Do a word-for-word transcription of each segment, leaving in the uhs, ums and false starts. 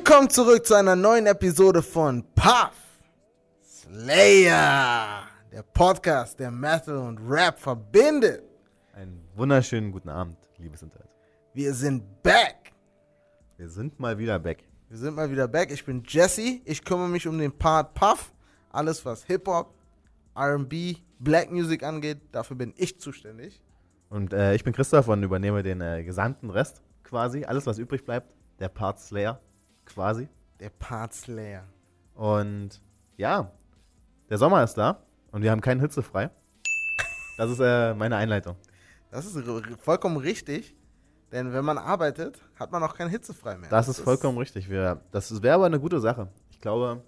Willkommen zurück zu einer neuen Episode von Puff Slayer, der Podcast, der Metal und Rap verbindet. Einen wunderschönen guten Abend, liebes Internet. Wir sind back. Wir sind mal wieder back. Wir sind mal wieder back. Ich bin Jesse. Ich kümmere mich um den Part Puff. Alles, was Hip-Hop, R and B, Black Music angeht, dafür bin ich zuständig. Und äh, ich bin Christoph und übernehme den äh, gesamten Rest quasi. Alles, was übrig bleibt, der Part Slayer quasi. Der Part Slayer. Und ja, der Sommer ist da und wir haben keinen hitzefrei. Das ist äh, meine Einleitung. Das ist r- vollkommen richtig, denn wenn man arbeitet, hat man auch keinen hitzefrei mehr. Das ist vollkommen richtig. Wir, das wäre aber eine gute Sache. Ich glaube,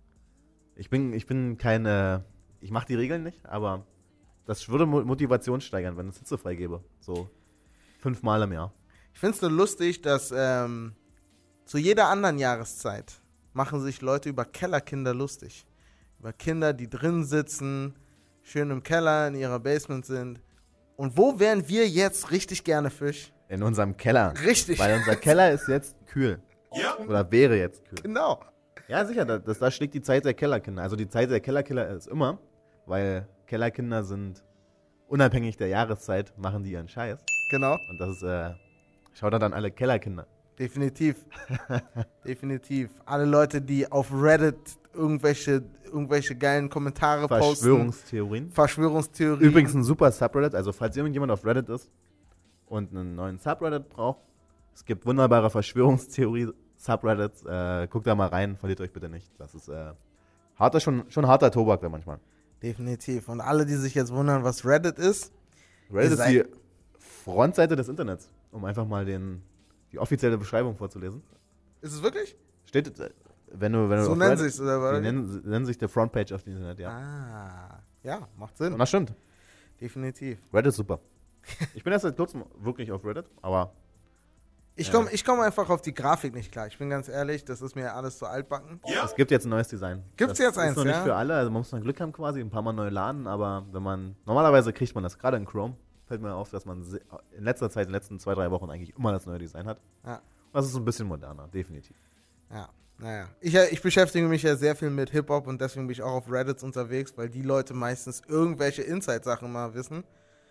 ich bin, ich bin kein, äh, ich mache die Regeln nicht, aber das würde Mo- Motivation steigern, wenn es hitzefrei gäbe. So fünfmal im Jahr. Ich finde es nur lustig, dass ähm, zu jeder anderen Jahreszeit machen sich Leute über Kellerkinder lustig. Über Kinder, die drin sitzen, schön im Keller in ihrer Basement sind. Und wo wären wir jetzt richtig gerne Fisch? In unserem Keller. Richtig. Weil unser Keller ist jetzt kühl. Ja. Oder wäre jetzt kühl. Genau. Ja, sicher, da, das, da schlägt die Zeit der Kellerkinder. Also die Zeit der Kellerkinder ist immer, weil Kellerkinder sind unabhängig der Jahreszeit, machen die ihren Scheiß. Genau. Und das ist, äh, schaut dann an alle Kellerkinder. Definitiv. Definitiv. Alle Leute, die auf Reddit irgendwelche, irgendwelche geilen Kommentare posten. Verschwörungstheorien. Verschwörungstheorien. Übrigens ein super Subreddit, also falls irgendjemand auf Reddit ist und einen neuen Subreddit braucht, es gibt wunderbare Verschwörungstheorie-Subreddits, äh, guckt da mal rein, verliert euch bitte nicht. Das ist äh, harter, schon, schon harter Tobak da manchmal. Definitiv. Und alle, die sich jetzt wundern, was Reddit ist. Reddit Ihr ist die Frontseite des Internets, um einfach mal den, die offizielle Beschreibung vorzulesen. Ist es wirklich? Steht, äh, wenn du, wenn du So auf nennen Reddit- sich's, oder was? Die nennen, nennen sich der Frontpage auf dem Internet, ja. Ah, ja, macht Sinn. Und das stimmt. Definitiv. Reddit ist super. Ich bin erst seit kurzem wirklich auf Reddit, aber Ich Ja. komme ich komm einfach auf die Grafik nicht klar. Ich bin ganz ehrlich, das ist mir alles so altbacken. Ja. es gibt jetzt ein neues Design. Gibt's das jetzt eins, ist noch ja? nicht für alle, also man muss noch Glück haben quasi, ein paar Mal neu laden, aber wenn man, normalerweise kriegt man das, gerade in Chrome, fällt mir auf, dass man se- in letzter Zeit, in den letzten zwei, drei Wochen eigentlich immer das neue Design hat. Ja. Und das ist so ein bisschen moderner, definitiv. Ja, naja. Ich, äh, ich beschäftige mich ja sehr viel mit Hip-Hop und deswegen bin ich auch auf Reddit unterwegs, weil die Leute meistens irgendwelche Inside-Sachen mal wissen.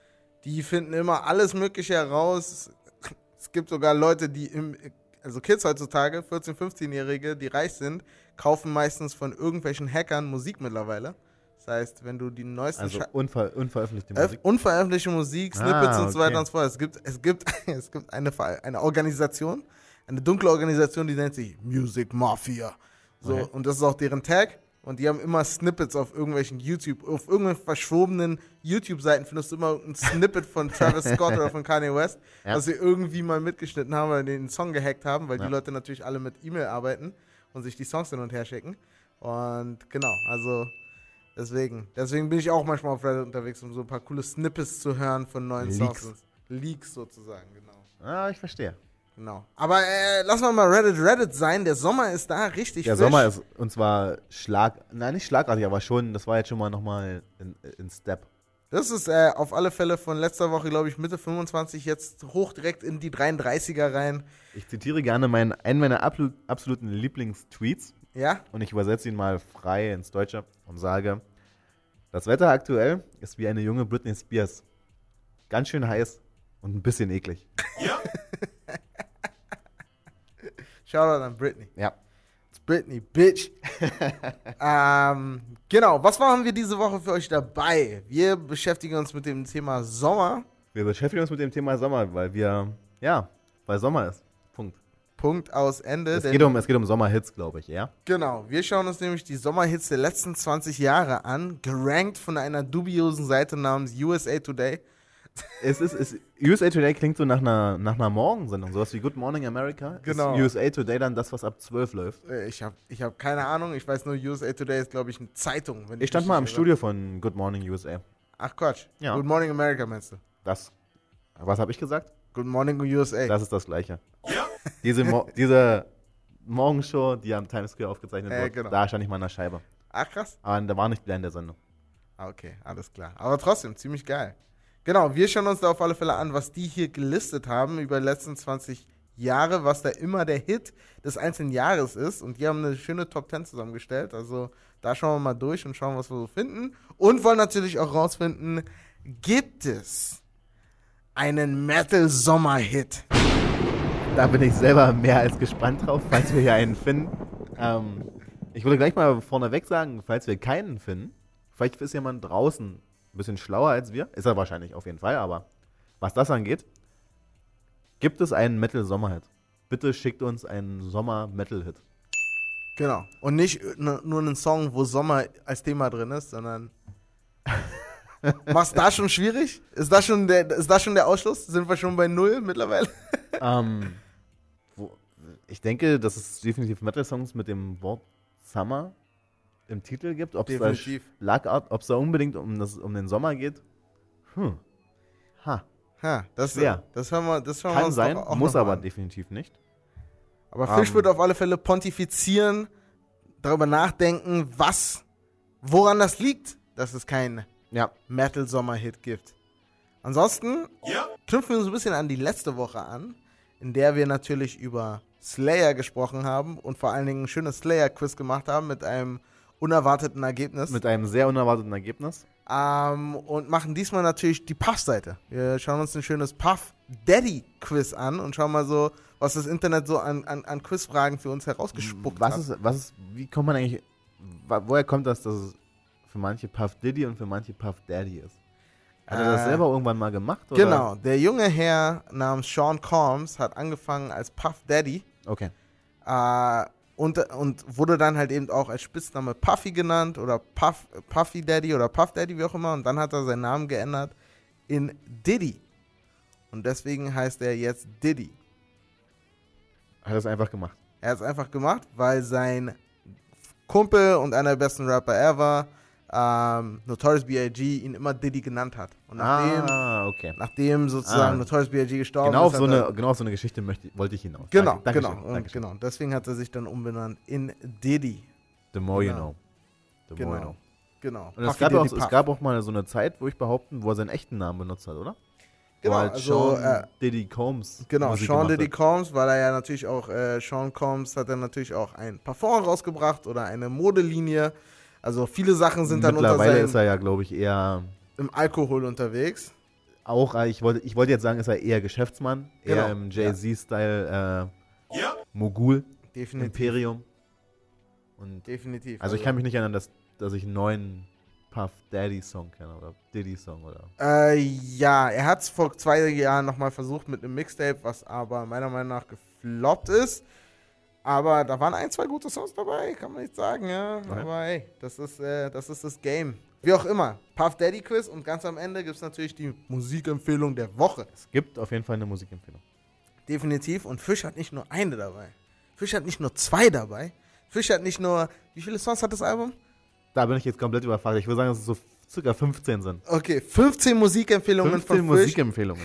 Die finden immer alles Mögliche heraus. Es gibt sogar Leute, die im, also Kids heutzutage, vierzehn-, fünfzehnjährige, die reich sind, kaufen meistens von irgendwelchen Hackern Musik mittlerweile. Das heißt, wenn du die neuesten Also Scha- unver unveröffentlichte Öff- Musik. unveröffentlichte Musik, Ah, Snippets und so okay. weiter und so fort. Es gibt, es gibt, es gibt eine, Ver- eine Organisation, eine dunkle Organisation, die nennt sich Music Mafia. So, Okay. und das ist auch deren Tag. Und die haben immer Snippets auf irgendwelchen YouTube, auf irgendwelchen verschwobenen YouTube-Seiten findest du immer ein Snippet von Travis Scott oder von Kanye West, Ja. was sie irgendwie mal mitgeschnitten haben oder den Song gehackt haben, weil Ja. die Leute natürlich alle mit E-Mail arbeiten und sich die Songs hin und her schicken. Und genau, also deswegen. Deswegen bin ich auch manchmal auf Reddit unterwegs, um so ein paar coole Snippets zu hören von neuen Leaks. Songs. Leaks sozusagen, genau. Ah, ich verstehe. Genau. Aber äh, lass mal mal Reddit Reddit sein. Der Sommer ist da richtig Der frisch. Sommer ist, und zwar schlag, nein, nicht schlagartig, aber schon, das war jetzt schon mal nochmal in, in Step. Das ist äh, auf alle Fälle von letzter Woche, glaube ich, Mitte fünfundzwanzig jetzt hoch direkt in die dreiunddreißiger rein. Ich zitiere gerne meinen, einen meiner absolut, absoluten Lieblingstweets Ja? und ich übersetze ihn mal frei ins Deutsche und sage, das Wetter aktuell ist wie eine junge Britney Spears. Ganz schön heiß und ein bisschen eklig. Ja. Shoutout an Britney. Ja. It's Britney, Bitch. ähm, genau, was machen wir diese Woche für euch dabei? Wir beschäftigen uns mit dem Thema Sommer. Wir beschäftigen uns mit dem Thema Sommer, weil wir, ja, weil Sommer ist. Punkt. Punkt aus Ende. Es denn- geht um, es geht um Sommerhits, glaube ich, ja? Genau, wir schauen uns nämlich die Sommerhits der letzten zwanzig Jahre an, gerankt von einer dubiosen Seite namens U S A Today. Es ist, es, U S A Today klingt so nach einer, nach einer Morgensendung, sowas wie Good Morning America. Genau. Ist U S A Today dann das, was ab zwölf läuft? Äh, Ich habe ich hab keine Ahnung, ich weiß nur, U S A Today ist, glaube ich, eine Zeitung. wenn Ich stand mich mal im nicht irre. Studio von Good Morning U S A. Ach Quatsch, Ja. Good Morning America meinst du? Das, was habe ich gesagt? Good Morning U S A. Das ist das Gleiche. Ja. Diese, Mo diese Morgenshow, die am Times Square aufgezeichnet Äh, wird, genau. da stand ich mal an der Scheibe. Ach krass. Aber da war nicht wieder in der Sendung. Ah, okay, alles klar. Aber trotzdem, ziemlich geil. Genau, wir schauen uns da auf alle Fälle an, was die hier gelistet haben über die letzten zwanzig Jahre, was da immer der Hit des einzelnen Jahres ist. Und die haben eine schöne Top zehn zusammengestellt. Also da schauen wir mal durch und schauen, was wir so finden. Und wollen natürlich auch rausfinden, gibt es einen Metal-Sommer-Hit? Da bin ich selber mehr als gespannt drauf, falls wir hier einen finden. Ähm, ich würde gleich mal vorneweg sagen, falls wir keinen finden, vielleicht ist jemand draußen ein bisschen schlauer als wir. Ist er wahrscheinlich auf jeden Fall, aber was das angeht, gibt es einen Metal-Sommer-Hit. Bitte schickt uns einen Sommer-Metal-Hit. Genau. Und nicht n- nur einen Song, wo Sommer als Thema drin ist, sondern machst da schon schwierig? Ist das schon der, ist das schon der Ausschluss? Sind wir schon bei null mittlerweile? ähm, wo, ich denke, dass es definitiv Metal-Songs mit dem Wort Summer im Titel gibt. Ob es da Definitiv. Schlagart, ob es da unbedingt um, das, um den Sommer geht. Hm. Ha. Ha, das, Schwer. das hören wir, das schauen wir Kann uns sein, doch auch muss noch mal aber an. definitiv nicht. Aber Fisch Ähm. wird auf alle Fälle pontifizieren, darüber nachdenken, was, woran das liegt, dass es keinen Ja. Metal-Sommer-Hit gibt. Ansonsten knüpfen wir uns ein bisschen an die letzte Woche an, in der wir natürlich über Slayer gesprochen haben und vor allen Dingen ein schönes Slayer-Quiz gemacht haben mit einem unerwarteten Ergebnis. Mit einem sehr unerwarteten Ergebnis. Ähm, und machen diesmal natürlich die Puff-Seite. Wir schauen uns ein schönes Puff-Daddy-Quiz an und schauen mal so, was das Internet so an, an, an Quizfragen für uns herausgespuckt Was hat. ist, was ist, wie kommt man eigentlich, wa- woher kommt das, dass es für manche Puff Diddy und für manche Puff Daddy ist? Hat er das Äh, selber irgendwann mal gemacht? Oder? Genau, der junge Herr namens Sean Combs hat angefangen als Puff Daddy Okay. äh, und, und wurde dann halt eben auch als Spitzname Puffy genannt oder Puff, Puffy Daddy oder Puff Daddy, wie auch immer. Und dann hat er seinen Namen geändert in Diddy. Und deswegen heißt er jetzt Diddy. Hat er es einfach gemacht. Er hat es einfach gemacht, weil sein Kumpel und einer der besten Rapper ever, ähm, Notorious B I G, ihn immer Diddy genannt hat. Und nachdem, Ah, okay. nachdem sozusagen Ah. Notorious B I G gestorben Genau auf, ist, so hat er, eine, genau auf so eine Geschichte möchte, wollte ich hinaus. Genau, Danke, genau, Dankeschön, und Dankeschön. genau. Deswegen hat er sich dann umbenannt in Diddy. The more you Genau. know. The Genau. more you know. Genau. Und es Puffy gab, auch, Diddy es Puff. gab auch mal so eine Zeit, wo ich behaupten, wo er seinen echten Namen benutzt hat, oder? Genau, wo halt also, Sean äh, Diddy Combs Genau, Musik Sean gemacht Diddy hat. Combs, weil er ja natürlich auch, äh, Sean Combs hat dann natürlich auch ein Parfum rausgebracht oder eine Modelinie. Also viele Sachen sind dann unter Mittlerweile seinem, ist er ja, glaube ich, eher im Alkohol unterwegs. auch, äh, ich wollte ich wollte jetzt sagen, ist er eher Geschäftsmann, eher Genau, im Jay-Z-Style äh, Mogul, Definitiv. Imperium. Und Definitiv. also ich kann mich nicht erinnern, dass, dass ich einen neuen Puff Daddy Song kenne oder Diddy Song oder. Äh, ja, er hat es vor zwei Jahren nochmal versucht mit einem Mixtape, was aber meiner Meinung nach gefloppt ist. Aber da waren ein, zwei gute Songs dabei, kann man nicht sagen, ja. Okay. Aber ey, das ist, äh, das ist das Game. Wie auch immer, Puff Daddy Quiz und ganz am Ende gibt es natürlich die Musikempfehlung der Woche. Es gibt auf jeden Fall eine Musikempfehlung. Definitiv. Und Fisch hat nicht nur eine dabei. Fisch hat nicht nur zwei dabei. Fisch hat nicht nur, wie viele Songs hat das Album? Da bin ich jetzt komplett überfragt. Ich würde sagen, dass es so circa fünfzehn sind. Okay, fünfzehn Musikempfehlungen fünfzehn von Fisch. Musikempfehlungen.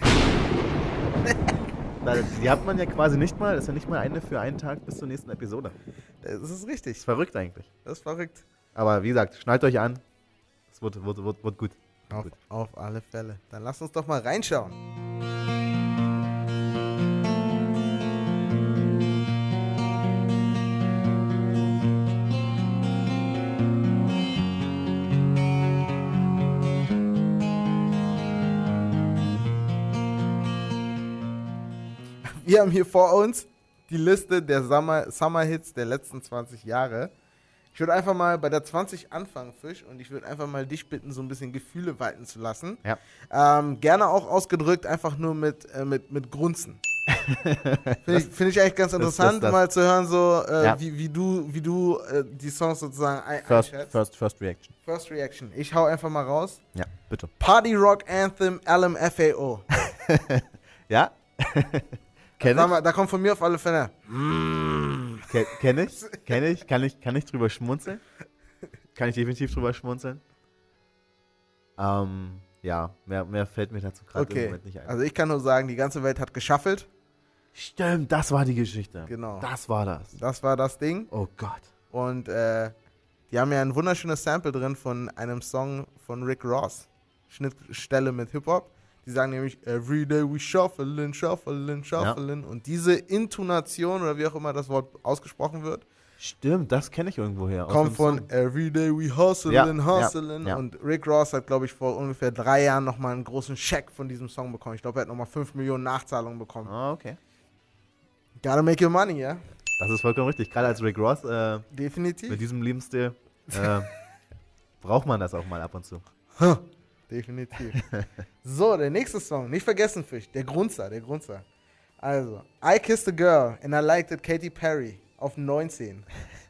Da- Die hat man ja quasi nicht mal, das ist ja nicht mal eine für einen Tag bis zur nächsten Episode. Das ist richtig. Ist verrückt eigentlich. Das ist verrückt. Aber wie gesagt, schnallt euch an. Es wird, wird, wird, wird gut. Auf, Gut. auf alle Fälle. Dann lasst uns doch mal reinschauen. Wir haben hier vor uns die Liste der Summer, Summer Hits der letzten zwanzig Jahre. Ich würde einfach mal bei der zwanzig anfangen, Fisch, und ich würde einfach mal dich bitten, so ein bisschen Gefühle walten zu lassen. Ja. Ähm, gerne auch ausgedrückt, einfach nur mit, äh, mit, mit Grunzen. Finde ich, find ich eigentlich ganz interessant, das- das- mal zu hören, so äh, Ja. wie, wie du, wie du äh, die Songs sozusagen ein, First, einschätzt. first, first Reaction. First Reaction. Ich hau einfach mal raus. Ja, bitte. Party Rock Anthem L M F A O. Ja? Kenn Sag ich? mal, da kommt von mir auf alle Fälle. Ke- Kenn ich? Kenn ich? Kann ich? Kann ich drüber schmunzeln? Kann ich definitiv drüber schmunzeln? Ähm, ja, mehr, mehr fällt mir dazu gerade im Okay. Moment nicht ein. Also ich kann nur sagen, die ganze Welt hat geschaffelt. Stimmt, das war die Geschichte. Genau. Das war das. Das war das Ding. Oh Gott. Und äh, die haben ja ein wunderschönes Sample drin von einem Song von Rick Ross. Schnittstelle mit Hip-Hop. Die sagen nämlich, every day we shuffling, shuffling, shuffling. Ja. Und diese Intonation oder wie auch immer das Wort ausgesprochen wird, stimmt, das kenne ich irgendwoher. Kommt von Song. Every day we hustling, ja, hustling. Ja, ja. Und Rick Ross hat, glaube ich, vor ungefähr drei Jahren nochmal einen großen Scheck von diesem Song bekommen. Ich glaube, er hat nochmal fünf Millionen Nachzahlungen bekommen. Ah, okay. Gotta make your money, ja? Das ist vollkommen richtig. Gerade als Rick Ross. Äh, Definitiv. Mit diesem Lebensstil äh, braucht man das auch mal ab und zu. Definitiv. So, der nächste Song. Nicht vergessen, Fisch. Der Grunzer, der Grunzer. Also, I Kissed a Girl and I Liked It, Katy Perry. Auf neunzehn.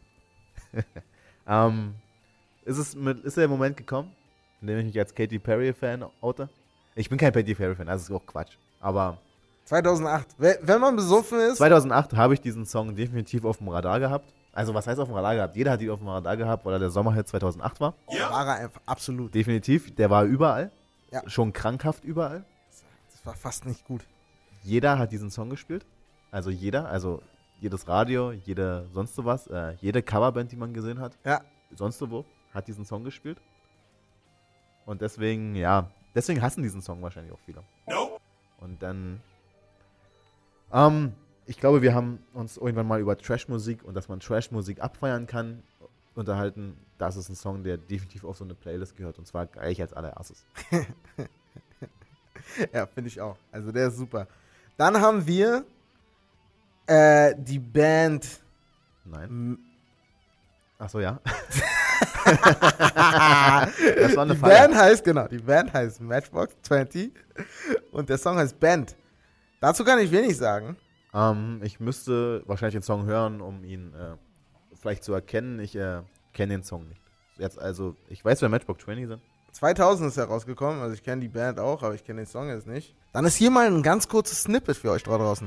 um, ist, es mit, ist der Moment gekommen, in dem ich mich als Katy Perry-Fan oute? Ich bin kein Katy Perry-Fan, das ist auch Quatsch. Aber zweitausendacht. Wenn man besoffen ist. zweitausendacht habe ich diesen Song definitiv auf dem Radar gehabt. Also was heißt auf dem Radar gehabt? Jeder hat ihn auf dem Radar gehabt, weil er der Sommerhit zweitausendacht war. Ja. War er einfach, absolut. Definitiv, der war überall. Ja. Schon krankhaft überall. Das war fast nicht gut. Jeder hat diesen Song gespielt. Also jeder, also jedes Radio, jede sonst was, äh, jede Coverband, die man gesehen hat, ja. sonst wo, hat diesen Song gespielt. Und deswegen, ja, deswegen hassen diesen Song wahrscheinlich auch viele. No. Und dann, ähm, ich glaube, wir haben uns irgendwann mal über Trashmusik und dass man Trashmusik abfeiern kann, unterhalten. Das ist ein Song, der definitiv auf so eine Playlist gehört und zwar gleich als allererstes. Ja, finde ich auch. Also der ist super. Dann haben wir Äh, die Band. Nein. Achso, ja. Das war eine Die Falle. Band heißt, genau, die Band heißt Matchbox zwanzig und der Song heißt Band. Dazu kann ich wenig sagen. Ähm, ich müsste wahrscheinlich den Song hören, um ihn äh, vielleicht zu erkennen. Ich äh, kenne den Song nicht. Jetzt also, ich weiß, wer Matchbox zwanzig sind. zweitausend ist herausgekommen, also ich kenne die Band auch, aber ich kenne den Song jetzt nicht. Dann ist hier mal ein ganz kurzes Snippet für euch da draußen.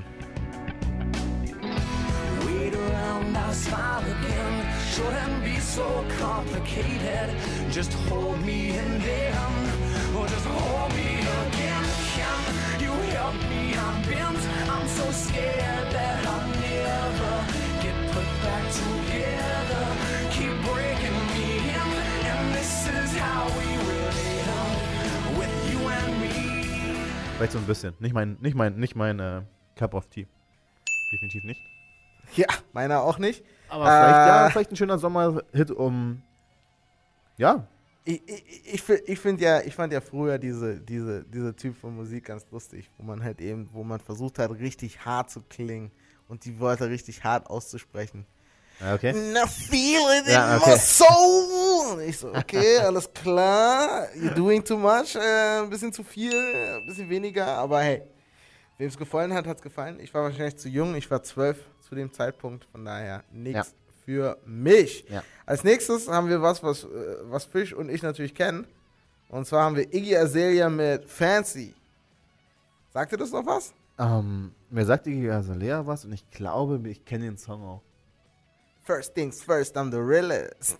Smile again, shouldn't be so complicated. Just hold me in them, or just hold me again. Can you help me? I'm bent, I'm so scared that I'll never get put back together. Keep breaking me in, and this is how we really end with you and me. Vielleicht so ein bisschen. Nicht mein, nicht mein, nicht mein äh, Cup of Tea. Definitiv nicht. Ja, meiner auch nicht. Aber äh, vielleicht, ja, vielleicht ein schöner Sommerhit, um, ja. Ich, ich, ich, ich finde ja, ich fand ja früher diese, diese, diese Typ von Musik ganz lustig, wo man halt eben, wo man versucht hat, richtig hart zu klingen und die Wörter richtig hart auszusprechen. Okay. Na, feel it ja, in okay. my soul. Und ich so, okay, alles klar, you're doing too much, äh, ein bisschen zu viel, ein bisschen weniger, aber hey, wem es gefallen hat, hat es gefallen. Ich war wahrscheinlich zu jung, ich war zwölf zu dem Zeitpunkt, von daher nichts ja. für mich. Ja. Als nächstes haben wir was, was, was Fisch und ich natürlich kennen. Und zwar haben wir Iggy Azalea mit Fancy. Sagt ihr das noch was? Um, mir sagt Iggy Azalea was und ich glaube, ich kenne den Song auch. First things first, I'm the realest.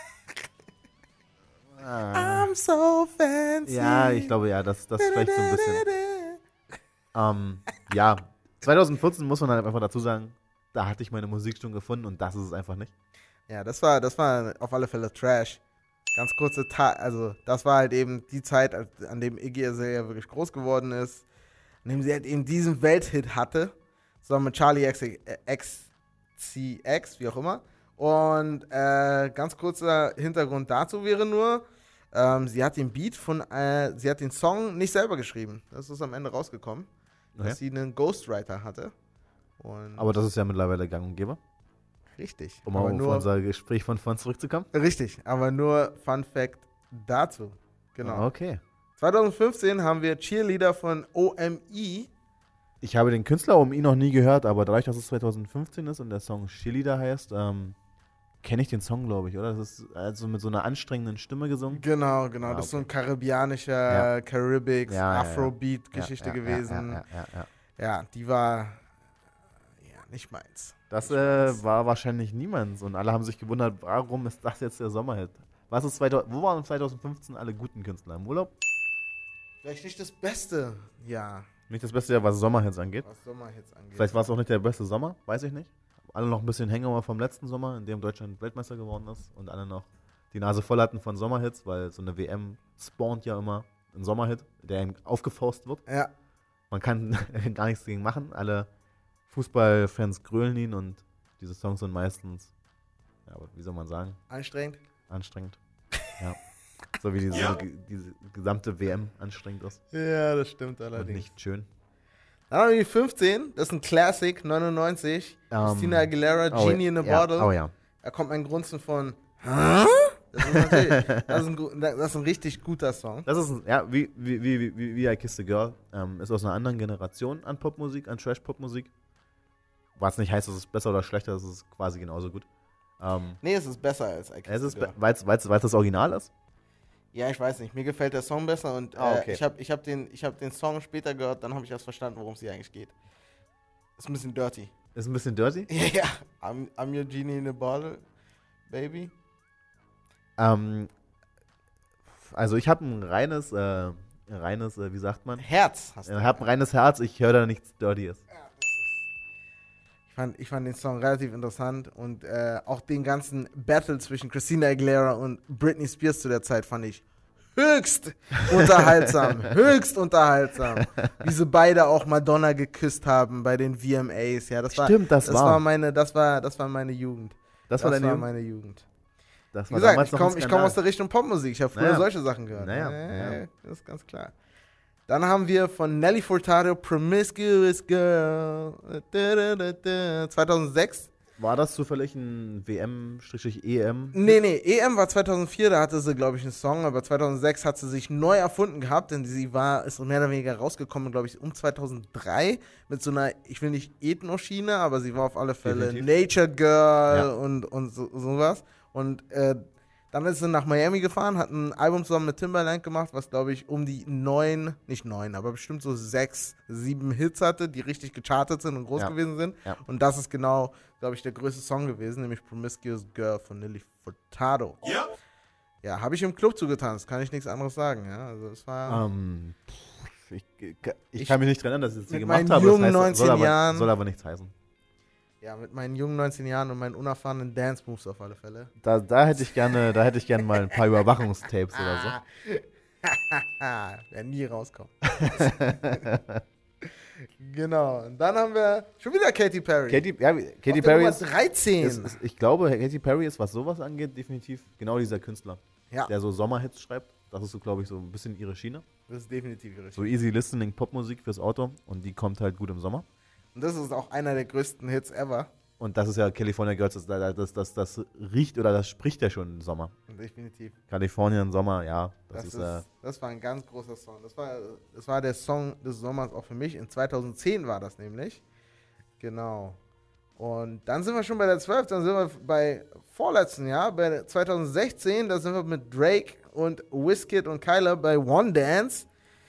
ah. I'm so fancy. Ja, ich glaube, ja, das, das vielleicht so ein bisschen. um, ja, zwanzig vierzehn muss man halt einfach dazu sagen, da hatte ich meine Musikstunde gefunden und das ist es einfach nicht. Ja, das war, das war auf alle Fälle Trash. Ganz kurze Zeit, also das war halt eben die Zeit, an dem Iggy Azalea wirklich groß geworden ist, an dem sie halt eben diesen Welthit hatte, zusammen mit Charlie X C X, wie auch immer. Und äh, ganz kurzer Hintergrund dazu wäre nur, ähm, sie hat den Beat von, äh, sie hat den Song nicht selber geschrieben. Das ist am Ende rausgekommen, okay. dass sie einen Ghostwriter hatte. Und aber das ist ja mittlerweile gang und gäbe. Richtig. Um auf unser Gespräch von vorhin zurückzukommen. Richtig, aber nur Fun Fact dazu. Genau. Okay. zwanzig fünfzehn haben wir Cheerleader von O M I. Ich habe den Künstler O M I noch nie gehört, aber dadurch, dass es zwanzig fünfzehn ist und der Song Cheerleader heißt, ähm, kenne ich den Song, glaube ich, oder? Das ist also mit so einer anstrengenden Stimme gesungen. Genau, genau. Ah, das ist okay. So ein karibianischer, ja. Caribbean, ja, Afrobeat-Geschichte ja, ja, gewesen. Ja, ja, ja, ja. ja, die war ja nicht meins. Das nicht äh, meins. war wahrscheinlich niemands und alle haben sich gewundert, warum ist das jetzt der Sommerhit? Was ist zweitausend, wo waren zwanzig fünfzehn alle guten Künstler im Urlaub? Vielleicht nicht das beste Jahr. Nicht das beste Jahr, was Sommerhits angeht. Was Sommerhits angeht. Vielleicht war es auch nicht der beste Sommer, weiß ich nicht. Alle noch ein bisschen Hangover vom letzten Sommer, in dem Deutschland Weltmeister geworden ist und alle noch die Nase voll hatten von Sommerhits, weil so eine W M spawnt ja immer ein Sommerhit, der ihm aufgeforst wird. Ja. Man kann gar nichts gegen machen. Alle Fußballfans grölen ihn und diese Songs sind meistens, ja, wie soll man sagen? Anstrengend. Anstrengend. Ja. So wie diese, ja. diese gesamte W M anstrengend ist. Ja, das stimmt allerdings. Und nicht schön. Dann haben wir die fünfzehn, das ist ein Classic, neunundneunzig. Um, Christina Aguilera, Genie oh, in a ja, Bottle. Oh ja. Da kommt ein Grunzen von, hä? Das ist natürlich, das ist, ein, das ist ein richtig guter Song. Das ist ein, ja, wie, wie, wie, wie, wie I Kissed a Girl, ähm, ist aus einer anderen Generation an Popmusik, an Trash-Popmusik. Was nicht heißt, dass es besser oder schlechter ist, es ist quasi genauso gut. Ähm, nee, es ist besser als I Kissed a Girl. Weil es das Original ist? Ja, ich weiß nicht. Mir gefällt der Song besser und ah, okay. äh, ich habe ich hab den, hab den Song später gehört, dann habe ich erst verstanden, worum es hier eigentlich geht. Ist ein bisschen dirty. Ist ein bisschen dirty? Ja, ja. I'm, I'm your genie in a bottle, baby. Ähm, also ich habe ein reines, äh, ein reines, äh, wie sagt man? Herz hast du. Ich habe ein reines Herz, ich höre da nichts Dirtyes. Ja, das ist, ich, fand, ich fand den Song relativ interessant und äh, auch den ganzen Battle zwischen Christina Aguilera und Britney Spears zu der Zeit fand ich höchst unterhaltsam. höchst unterhaltsam. Wie sie beide auch Madonna geküsst haben bei den V M As. Ja, das war, Stimmt, das, das war. war meine, das war, das war meine Jugend. Das, das war, war Jugend? meine Jugend. Das Wie gesagt, ich komme komm aus der Richtung Popmusik. Ich habe früher naja. solche Sachen gehört. Naja. Ja, naja. Das ist ganz klar. Dann haben wir von Nelly Furtado Promiscuous Girl zweitausendsechs. War das zufällig ein W M-E M? Nee, nee, E M war zweitausendvier, da hatte sie, glaube ich, einen Song, aber zweitausendsechs hat sie sich neu erfunden gehabt, denn sie war, ist mehr oder weniger rausgekommen, glaube ich, um zweitausenddrei mit so einer, ich will nicht Ethno-Schiene, aber sie war auf alle Fälle Definitiv. Nature Girl ja. und, und so, sowas. Und äh, dann ist sie nach Miami gefahren, hat ein Album zusammen mit Timbaland gemacht, was, glaube ich, um die neun, nicht neun, aber bestimmt so sechs, sieben Hits hatte, die richtig gechartet sind und groß ja. gewesen sind. Ja. Und das ist genau, glaube ich, der größte Song gewesen, nämlich Promiscuous Girl von Nelly Furtado. Ja. Ja, habe ich im Club zugetanzt, kann ich nichts anderes sagen. Ja, also es war... Um, ich, ich, ich kann mich nicht dran erinnern, dass ich das mit gemacht meinen habe. Jungen Das heißt, neunzehn soll aber, Jahren, soll aber nichts heißen. Ja, mit meinen jungen neunzehn Jahren und meinen unerfahrenen Dance-Moves auf alle Fälle. Da, da hätte ich gerne, da hätte ich gerne mal ein paar Überwachungstapes oder so. Werden nie rauskommen. Genau. Und dann haben wir schon wieder Katy Perry. Katy, ja, Katy Perry ist dreizehn. Ist, ist, ich glaube, Katy Perry ist, was sowas angeht, definitiv genau dieser Künstler, ja. der so Sommerhits schreibt. Das ist so, glaube ich, so ein bisschen ihre Schiene. Das ist definitiv ihre Schiene. So easy listening Popmusik fürs Auto und die kommt halt gut im Sommer. Und das ist auch einer der größten Hits ever. Und das ist ja California Girls, das, das, das, das riecht oder das spricht ja schon im Sommer. Definitiv. Kalifornien, Sommer, ja. Das, das, ist, ist, äh, das war ein ganz großer Song. Das war, das war der Song des Sommers auch für mich. In zweitausendzehn war das nämlich. Genau. Und dann sind wir schon bei der zwölf, dann sind wir bei vorletzten Jahr, bei zweitausendsechzehn, da sind wir mit Drake und Wizkid und Kyler bei One Dance.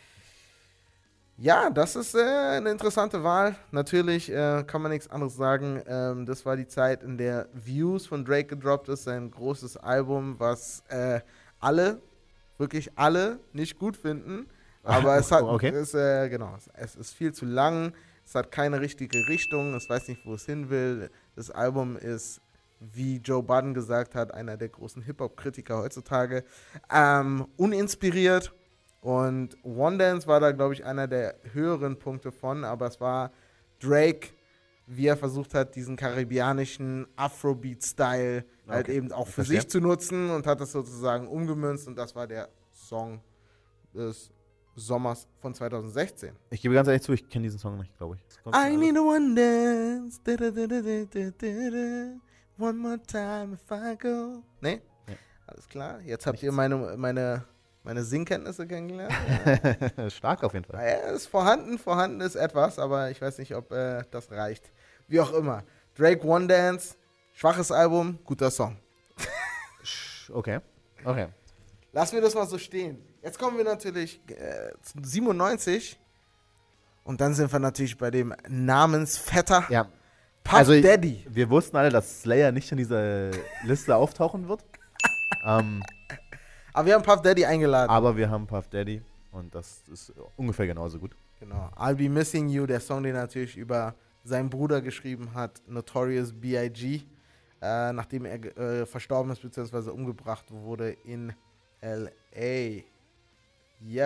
Ja, das ist äh, eine interessante Wahl. Natürlich äh, kann man nichts anderes sagen. Ähm, das war die Zeit, in der Views von Drake gedroppt ist, sein großes Album, was äh, alle, wirklich alle, nicht gut finden. Aber es hat, okay. es, äh, genau, es ist viel zu lang. Es hat keine richtige Richtung. Es weiß nicht, wo es hin will. Das Album ist, wie Joe Budden gesagt hat, einer der großen Hip-Hop-Kritiker heutzutage, ähm, uninspiriert. Und One Dance war da, glaube ich, einer der höheren Punkte von, aber es war Drake, wie er versucht hat, diesen karibianischen Afrobeat-Style okay. halt eben auch für Verstehe. sich zu nutzen und hat das sozusagen umgemünzt und das war der Song des Sommers von zweitausendsechzehn. Ich gebe ganz ehrlich zu, ich kenne diesen Song nicht, glaube ich. I need a One Dance, da, da, da, da, da, da, da. One more time if I go. Nee? Ja. Alles klar, jetzt habt Nichts. ihr meine, meine Meine Singkenntnisse kennengelernt. Ja. Stark auf jeden Fall. Ja, ist vorhanden, vorhanden ist etwas, aber ich weiß nicht, ob äh, das reicht. Wie auch immer. Drake One Dance, schwaches Album, guter Song. Okay, okay. Lassen wir das mal so stehen. Jetzt kommen wir natürlich äh, zu siebenundneunzig und dann sind wir natürlich bei dem Namensvetter ja. Puff also, Daddy. Wir wussten alle, dass Slayer nicht in dieser Liste auftauchen wird. ähm, Aber wir haben Puff Daddy eingeladen. Aber wir haben Puff Daddy und das ist ungefähr genauso gut. Genau. I'll Be Missing You, der Song, den er natürlich über seinen Bruder geschrieben hat, Notorious B I G, äh, nachdem er äh, verstorben ist bzw. umgebracht wurde in L A. Yep.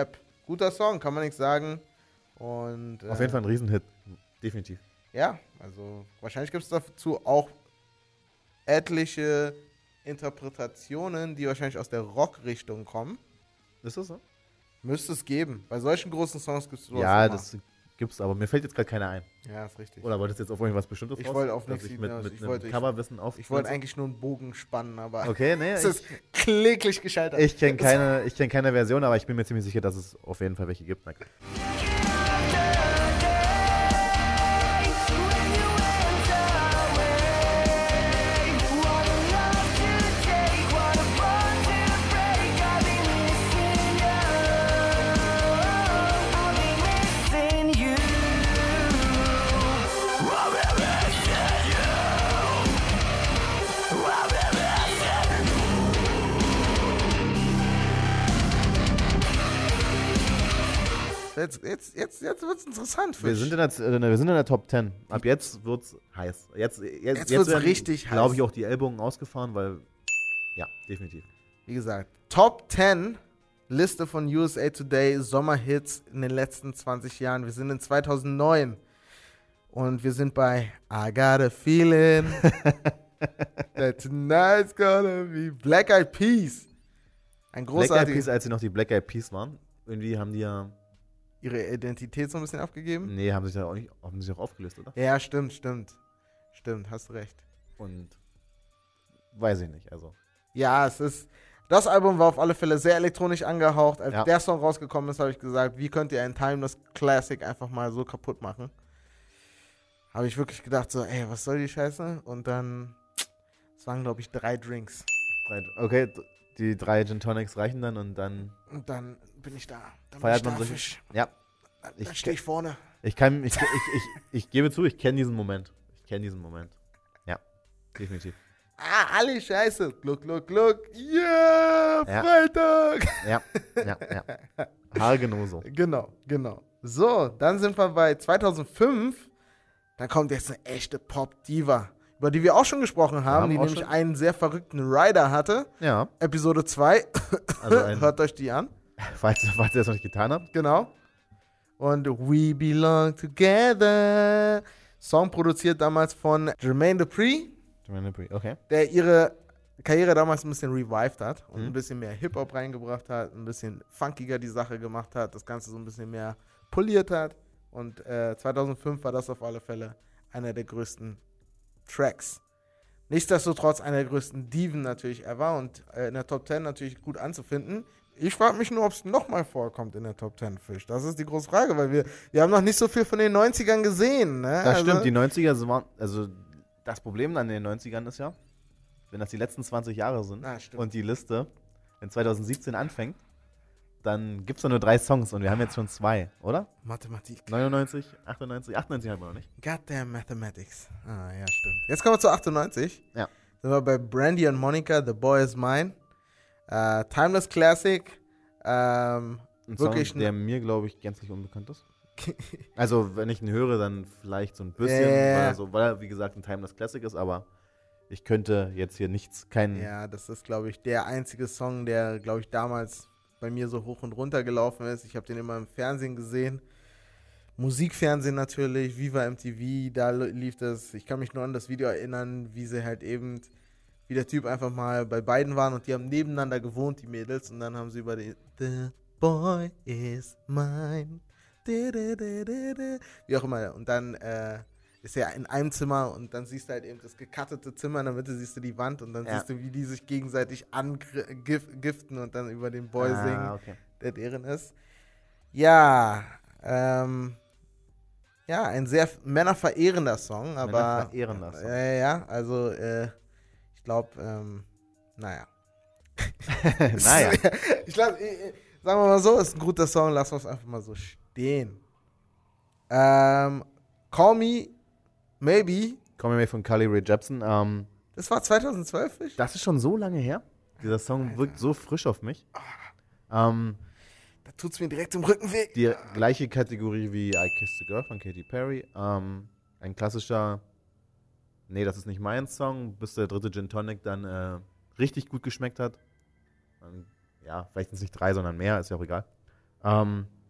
guter Song, kann man nichts sagen. Und, Auf äh, jeden Fall ein Riesenhit. Definitiv. Ja, also wahrscheinlich gibt es dazu auch etliche Interpretationen, die wahrscheinlich aus der Rock-Richtung kommen. Ist das so? Müsste es geben. Bei solchen großen Songs gibt es sowas Ja, immer. das gibt's, aber mir fällt jetzt gerade keiner ein. Ja, ist richtig. Oder wolltest du jetzt auf irgendwas Bestimmtes Ich raus? wollte auf Dass nichts ich mit, hinaus. mit Ich einem wollte- ich- Coverwissen auf. Ich wollte eigentlich nur einen Bogen spannen, aber Okay, nee, es ich, ist kläglich gescheitert. ich kenne keine, ich kenn keine Version, aber ich bin mir ziemlich sicher, dass es auf jeden Fall welche gibt. Na klar. Jetzt, jetzt, jetzt, jetzt wird es interessant. Wir Fisch. sind, in der, äh, wir sind in der Top zehn. Ab jetzt wird's heiß. Jetzt, jetzt, Jetzt wird's werden, richtig glaube ich, heiß. auch die Ellbogen ausgefahren, weil, ja, definitiv. Wie gesagt, Top zehn Liste von U S A Today, Sommerhits in den letzten zwanzig Jahren. Wir sind in zweitausendneun und wir sind bei I Got a Feeling that tonight's gonna be Black Eyed Peas. Ein Black Eyed großartiges, Peas, als sie noch die Black Eyed Peas waren, irgendwie haben die ja, ihre Identität so ein bisschen abgegeben. nee, haben sich ja auch nicht, haben sich auch aufgelöst, oder? Ja, stimmt, stimmt. Stimmt, hast du recht. Und weiß ich nicht, also. Ja, es ist. Das Album war auf alle Fälle sehr elektronisch angehaucht. Als Ja. der Song rausgekommen ist, habe ich gesagt, wie könnt ihr ein Timeless Classic einfach mal so kaputt machen? Habe ich wirklich gedacht, so, ey, was soll die Scheiße? Und dann, es waren, glaube ich, drei Drinks. Drei, okay, d- die drei Gin Tonics reichen dann und dann Und dann bin ich da. Dann feiert bin man ich da, sich. Fisch. Ja, Dann, Ich dann stehe ich vorne. ich kann, ich, ich, ich, ich gebe zu, ich kenne diesen Moment. Ich kenne diesen Moment. Ja, definitiv. Ah, alle Scheiße. Gluck, gluck, gluck. Yeah, Ja. Freitag. Ja, ja, ja. Haare genauso. Genau, genau. So, dann sind wir bei zweitausendfünf. Dann kommt jetzt eine echte Pop-Diva, über die wir auch schon gesprochen haben, haben die auch nämlich schon- einen sehr verrückten Rider hatte. Ja, Episode zwei. also ein, Hört euch die an. falls, falls ihr das noch nicht getan habt. Genau. Und We Belong Together. Song produziert damals von Jermaine Dupri, Jermaine Dupri, okay. der ihre Karriere damals ein bisschen revived hat und Mhm. ein bisschen mehr Hip-Hop reingebracht hat, ein bisschen funkiger die Sache gemacht hat, das Ganze so ein bisschen mehr poliert hat. Und äh, zweitausendfünf war das auf alle Fälle einer der größten Tracks. Nichtsdestotrotz einer der größten Diven natürlich ever und äh, in der Top zehn natürlich gut anzufinden. Ich frage mich nur, ob es nochmal vorkommt in der Top zehn, Fisch. Das ist die große Frage, weil wir, wir haben noch nicht so viel von den neunzigern gesehen. Ne? Das Also- stimmt, die neunziger waren, also das Problem an den neunzigern ist ja, wenn das die letzten zwanzig Jahre sind Ah, stimmt. und die Liste in zweitausendsiebzehn anfängt, dann gibt es doch nur drei Songs und wir haben jetzt schon zwei, oder? Mathematik. neunundneunzig, achtundneunzig, achtundneunzig haben wir noch nicht. Goddamn Mathematics. Ah, ja, stimmt. Jetzt kommen wir zu achtundneunzig. Ja. Sind wir bei Brandy und Monica, The Boy Is Mine. Äh, Timeless Classic. Ähm, Ein Wirklich Song, der mir, glaube ich, gänzlich unbekannt ist. Also, wenn ich ihn höre, dann vielleicht so ein bisschen, Äh. weil, er so, weil er, wie gesagt, ein Timeless Classic ist, aber ich könnte jetzt hier nichts, kein... ja, das ist, glaube ich, der einzige Song, der, glaube ich, damals bei mir so hoch und runter gelaufen ist. Ich habe den immer im Fernsehen gesehen. Musikfernsehen natürlich, Viva M T V, da lief das. Ich kann mich nur an das Video erinnern, wie sie halt eben, wie der Typ einfach mal bei beiden waren und die haben nebeneinander gewohnt, die Mädels, und dann haben sie über die The Boy is Mine. Di, di, di, di, di. Wie auch immer. Und dann äh, ist er in einem Zimmer und dann siehst du halt eben das gekattete Zimmer, in der Mitte siehst du die Wand und dann Ja. siehst du, wie die sich gegenseitig angiften und dann über den Boy singen, ah, okay. der deren ist. Ja, ähm, ja, ein sehr männerverehrender Song, aber. Männerverehrender Song. Ja, ja, also, äh, ich glaube, ähm, naja. naja. Ich glaube, sagen wir mal so, ist ein guter Song, lassen wir es einfach mal so stehen. Ähm, Call Me, Maybe, Call Me Maybe von Carly Rae Jepsen. Ähm, das war zweitausendzwölf? Ich? das ist schon so lange her. Dieser Song wirkt so frisch auf mich. Ähm, Da tut es mir direkt im Rücken weh. die gleiche Kategorie wie I Kissed a Girl von Katy Perry. Ähm, ein klassischer, nee, das ist nicht mein Song, bis der dritte Gin Tonic dann äh, richtig gut geschmeckt hat. Ähm, ja, vielleicht sind es nicht drei, sondern mehr, ist ja auch egal. Ähm,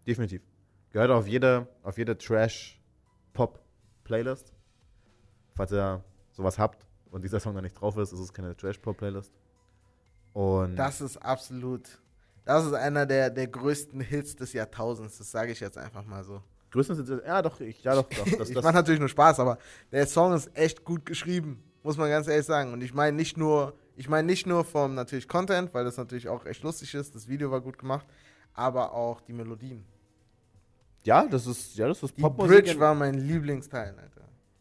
definitiv. Gehört auf jede, auf jede Trash-Pop-Playlist. Falls ihr sowas habt und dieser Song da nicht drauf ist, ist es keine Trash-Pop-Playlist. Und Das ist absolut, das ist einer der, der größten Hits des Jahrtausends, das sage ich jetzt einfach mal so. größtens, ja doch, ich, ja doch, doch. Das, Ich das, mache natürlich nur Spaß, aber der Song ist echt gut geschrieben, muss man ganz ehrlich sagen. Und ich meine nicht nur, ich meine nicht nur vom natürlich Content, weil das natürlich auch echt lustig ist, das Video war gut gemacht, aber auch die Melodien. ja, das ist, ja, das ist Die Popmusik. Bridge war mein Lieblingsteil, Alter.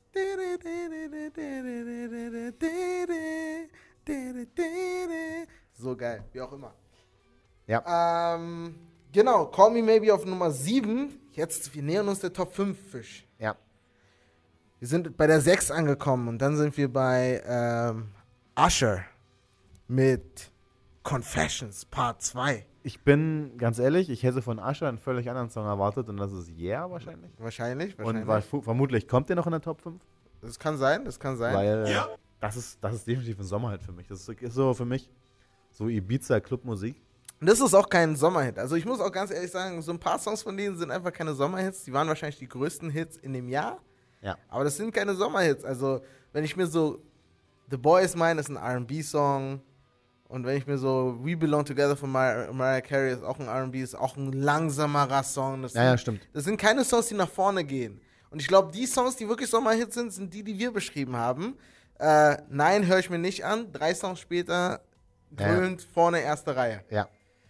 So geil, wie auch immer. Ja. Ähm, genau, Call Me Maybe auf Nummer sieben. Jetzt, wir nähern uns der Top fünf, Fisch. Ja. Wir sind bei der sechs angekommen und dann sind wir bei ähm, Usher mit Confessions Part zwei. Ich bin ganz ehrlich, ich hätte von Usher einen völlig anderen Song erwartet und das ist Yeah wahrscheinlich. Wahrscheinlich, wahrscheinlich. Und war, vermutlich kommt der noch in der Top fünf. Das kann sein, das kann sein. Weil ja. das, ist, das ist definitiv ein Sommerhit für mich. Das ist, ist so für mich so Ibiza-Clubmusik. Und das ist auch kein Sommerhit. Also ich muss auch ganz ehrlich sagen, so ein paar Songs von denen sind einfach keine Sommerhits. Die waren wahrscheinlich die größten Hits in dem Jahr. Ja. Aber das sind keine Sommerhits. Also wenn ich mir so The Boy Is Mine ist ein R and B-Song. Und wenn ich mir so We Belong Together von Mar- Mariah Carey ist auch ein R and B, ist auch ein langsamerer Song. Das Ja, sind, ja, stimmt. Das sind keine Songs, die nach vorne gehen. Und ich glaube, die Songs, die wirklich Sommerhits sind, sind die, die wir beschrieben haben. Äh, Nein, höre ich mir nicht an. Drei Songs später, grölend ja. vorne erste Reihe. Ja.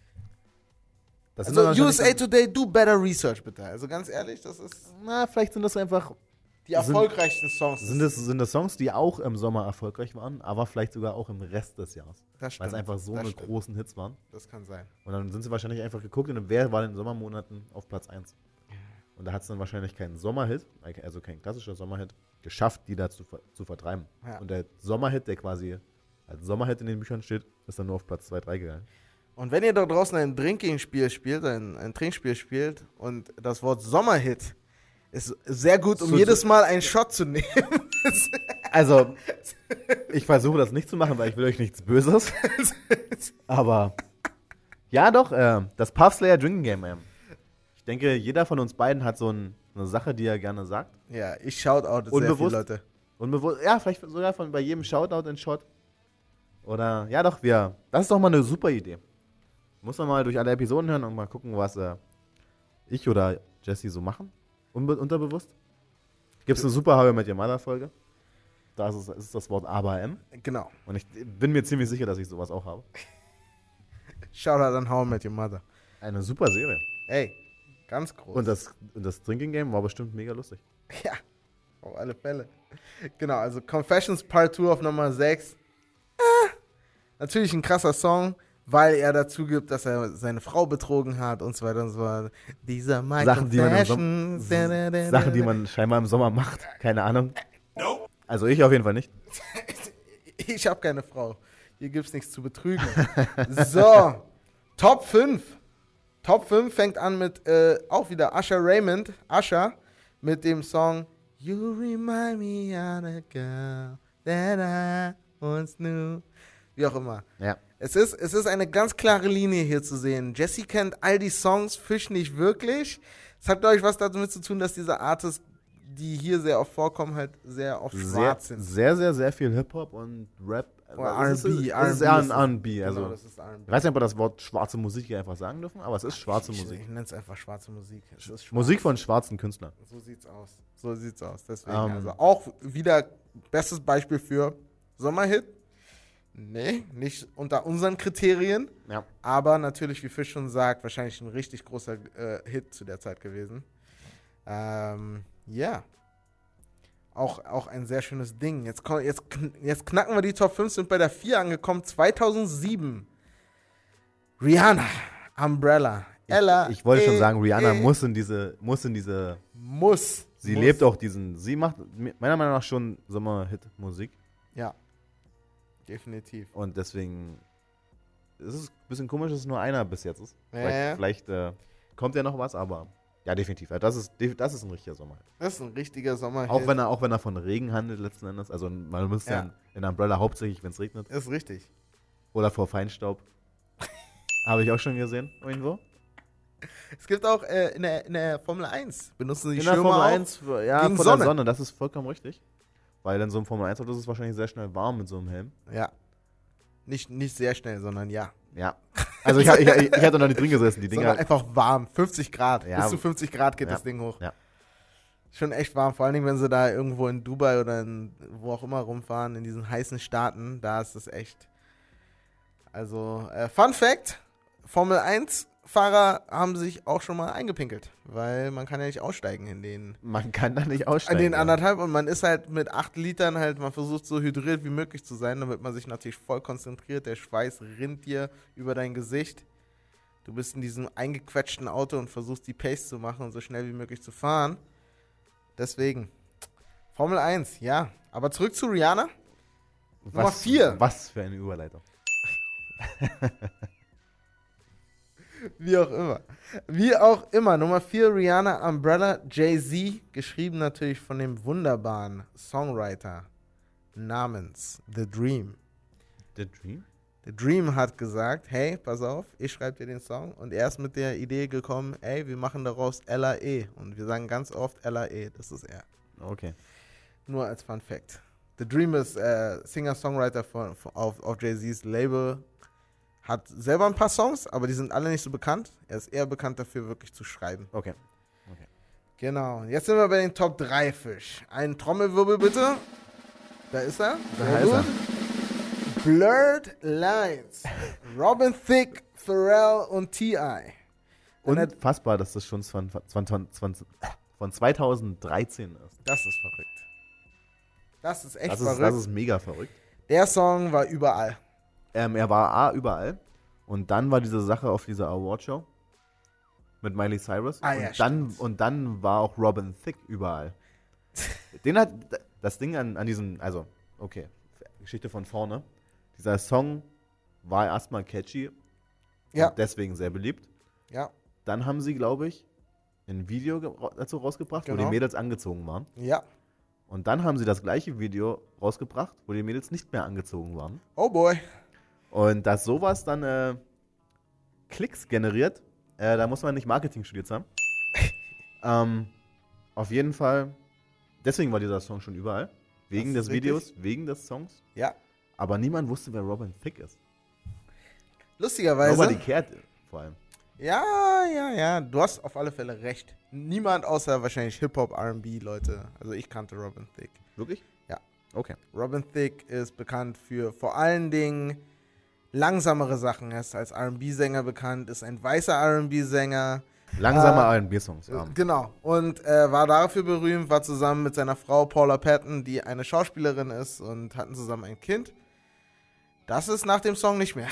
Das also U S A Today, do better research, bitte. Also ganz ehrlich, das ist... Na, vielleicht sind das einfach... Die erfolgreichsten Songs. Sind das, sind das Songs, die auch im Sommer erfolgreich waren, aber vielleicht sogar auch im Rest des Jahres. Das stimmt. Weil es einfach so das eine stimmt. großen Hits waren. Das kann sein. Und dann sind sie wahrscheinlich einfach geguckt und wer war in den Sommermonaten auf Platz eins. Und da hat es dann wahrscheinlich keinen Sommerhit, also kein klassischer Sommerhit, geschafft, die da zu, zu vertreiben. Ja. Und der Sommerhit, der quasi als Sommerhit in den Büchern steht, ist dann nur auf Platz zwei, drei gegangen. Und wenn ihr da draußen ein Drinking-Spiel spielt, ein, ein Trinkspiel spielt und das Wort Sommerhit ist sehr gut, um so, jedes Mal einen Shot zu nehmen. Also, ich versuche das nicht zu machen, weil ich will euch nichts Böses. Aber, ja doch, äh, das Puff Slayer Drinking Game, ähm. Ich denke, jeder von uns beiden hat so ein, eine Sache, die er gerne sagt. Ja, ich shoutout sehr viele Leute. Unbewusst, ja, vielleicht sogar von bei jedem Shoutout ein Shot. Oder, ja doch, wir, das ist doch mal eine super Idee. Muss man mal durch alle Episoden hören und mal gucken, was äh, ich oder Jesse so machen. Unbe- unterbewusst. Gibt es eine super How I Met Your Mother Folge. Da ist, es, ist das Wort A B M. Genau. Und ich bin mir ziemlich sicher, dass ich sowas auch habe. Shoutout an How I Met Your Mother. Eine super Serie. Ey, ganz groß. Und das, und das Drinking Game war bestimmt mega lustig. Ja, auf alle Fälle. Genau, also Confessions Part zwei auf Nummer sechs. Ah, natürlich ein krasser Song, weil er dazu gibt, dass er seine Frau betrogen hat und so weiter und so fort. Dieser My Sachen, die man im Confessions. Som- da, da, da, Sachen, die man scheinbar im Sommer macht. Keine Ahnung. Also ich auf jeden Fall nicht. Ich habe keine Frau. Hier gibt's nichts zu betrügen. So, Top fünf. Top fünf fängt an mit äh, auch wieder Usher Raymond. Usher mit dem Song You Remind Me of a Girl That I Once Knew. Wie auch immer. Ja. Es ist, es ist eine ganz klare Linie hier zu sehen. Jesse kennt all die Songs, Fisch nicht wirklich. Es hat, glaube ich, was damit zu tun, dass diese Artists, die hier sehr oft vorkommen, halt sehr oft Sehr, schwarz sind. sehr, sehr, sehr viel Hip-Hop und Rap. Oder Also es ist- R and B. Es ist eher ein R and B. Genau, Also, das ist R and B. ich weiß nicht, ob wir das Wort schwarze Musik hier einfach sagen dürfen, aber es ist schwarze ich, Musik. Ich nenne es einfach schwarze Musik. Es ist schwarz. Musik von schwarzen Künstlern. So sieht's aus. So sieht's aus. Deswegen, Ähm. also auch wieder bestes Beispiel für Sommerhit. Nee, nicht unter unseren Kriterien. Ja. Aber natürlich, wie Fisch schon sagt, wahrscheinlich ein richtig großer äh, Hit zu der Zeit gewesen. Ähm, ja. Auch, auch ein sehr schönes Ding. Jetzt, komm, jetzt, kn- jetzt knacken wir die Top fünf, sind bei der vier angekommen. zweitausendsieben. Rihanna, Umbrella. Ella. Ich wollte schon eh, sagen, Rihanna eh, muss in diese, muss in diese, Muss. sie muss. lebt auch diesen, sie macht meiner Meinung nach schon Sommerhit-Musik Ja. Definitiv. und deswegen ist es ein bisschen komisch, dass es nur einer bis jetzt ist. Ja, Vielleicht, ja. vielleicht äh, kommt ja noch was, aber ja, definitiv. Ja, das ist, def- das ist ein richtiger Sommerhit. Das ist ein richtiger Sommerhit. Auch wenn er, auch wenn er von Regen handelt letzten Endes. Also man muss Ja. ja in, in Umbrella hauptsächlich, wenn es regnet. Ist richtig. Oder vor Feinstaub. Habe ich auch schon gesehen irgendwo. Es gibt auch äh, in, der, in der Formel eins, benutzen sie In der Schirme Formel auch eins, ja, gegen von Sonne. der Sonne, das ist vollkommen richtig. Weil in so einem Formel eins Auto ist es wahrscheinlich sehr schnell warm mit so einem Helm. Ja. Nicht, nicht sehr schnell, sondern ja. Ja. Also ich, ich, ich, ich hatte noch nicht drin gesessen, die Sondern Dinger. einfach warm. fünfzig Grad. Ja. Bis zu fünfzig Grad geht Ja. das Ding hoch. Ja. Schon echt warm. Vor allen Dingen, wenn sie da irgendwo in Dubai oder in, wo auch immer rumfahren, in diesen heißen Staaten, da ist es echt. Also, äh, Fun Fact: Formel eins Fahrer haben sich auch schon mal eingepinkelt, weil man kann ja nicht aussteigen in den, Man kann da nicht an aussteigen. den ja. anderthalb und man ist halt mit acht Litern halt, man versucht so hydriert wie möglich zu sein, damit man sich natürlich voll konzentriert, der Schweiß rinnt dir über dein Gesicht, du bist in diesem eingequetschten Auto und versuchst die Pace zu machen und so schnell wie möglich zu fahren, deswegen, Formel eins, ja, aber zurück zu Rihanna, Was, Nummer vier. Was für eine Überleitung. Wie auch immer. Wie auch immer. Nummer vier, Rihanna Umbrella, Jay-Z, geschrieben natürlich von dem wunderbaren Songwriter namens The Dream. The Dream? The Dream hat gesagt, hey, pass auf, ich schreibe dir den Song. Und er ist mit der Idee gekommen, ey, wir machen daraus L A E. Und wir sagen ganz oft L A E, das ist er. Okay. Nur als Fun Fact. The Dream ist äh, Singer-Songwriter von, von, auf, auf Jay-Z's Label. Hat selber ein paar Songs, aber die sind alle nicht so bekannt. Er ist eher bekannt dafür, wirklich zu schreiben. Okay. Genau. Jetzt sind wir bei den Top drei Fisch. Ein Trommelwirbel bitte. Da ist er. Da Sehr ist er. gut. Blurred Lines. Robin Thicke, Pharrell und T I Unfassbar, dass das schon von, von, von, von, von zweitausenddreizehn ist. Das ist verrückt. Das ist echt Das ist, verrückt. das ist mega verrückt. Der Song war überall. Ähm, er war A, überall. Und dann war diese Sache auf dieser Awardshow mit Miley Cyrus. Ah, und, ja, dann, stimmt. und dann war auch Robin Thicke überall. Den hat das Ding an, an diesem, also, okay, Geschichte von vorne. Dieser Song war erstmal catchy Ja. und deswegen sehr beliebt. Ja, Dann haben sie, glaube ich, ein Video ge- dazu rausgebracht, wo Genau. die Mädels angezogen waren. ja. Und dann haben sie das gleiche Video rausgebracht, wo die Mädels nicht mehr angezogen waren. Oh boy. Und dass sowas dann äh, Klicks generiert, äh, da muss man nicht Marketing studiert haben. ähm, auf jeden Fall, deswegen war dieser Song schon überall. Wegen Das des ist Videos, richtig. wegen des Songs. Ja. Aber niemand wusste, wer Robin Thicke ist. Lustigerweise. Nobody cared, vor allem. Ja, ja, ja. Du hast auf alle Fälle recht. Niemand außer wahrscheinlich Hip-Hop, R and B-Leute. Also ich kannte Robin Thicke. Wirklich? Ja. Okay. Robin Thicke ist bekannt für vor allen Dingen langsamere Sachen. Er ist als R and B-Sänger bekannt, ist ein weißer R and B-Sänger. Langsame Äh, R and B-Songs. Ja. Genau. Und äh, war dafür berühmt, war zusammen mit seiner Frau Paula Patton, die eine Schauspielerin ist, und hatten zusammen ein Kind. Das ist nach dem Song nicht mehr.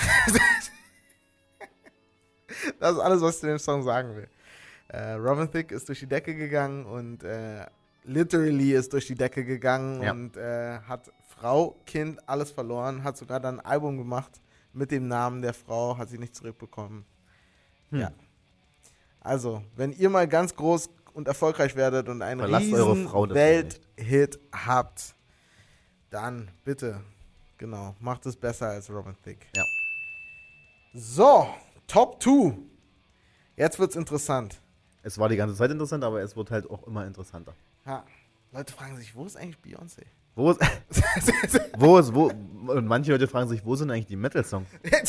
Das ist alles, was ich zu dem Song sagen will. Äh, Robin Thicke ist durch die Decke gegangen und äh, literally ist durch die Decke gegangen Ja. und äh, hat Frau, Kind, alles verloren, hat sogar dann ein Album gemacht mit dem Namen der Frau, hat sie nicht zurückbekommen. Hm. Ja. Also, wenn ihr mal ganz groß und erfolgreich werdet und einen Verlasst eure riesen Frau dafür nicht. Welthit habt, dann bitte, genau, macht es besser als Robin Thicke. Ja. So, Top zwei. Jetzt wird's interessant. Es war die ganze Zeit interessant, aber es wird halt auch immer interessanter. Ha. Leute fragen sich, wo ist eigentlich Beyoncé? Wo ist, wo ist, wo, und manche Leute fragen sich, wo sind eigentlich die Metal-Songs?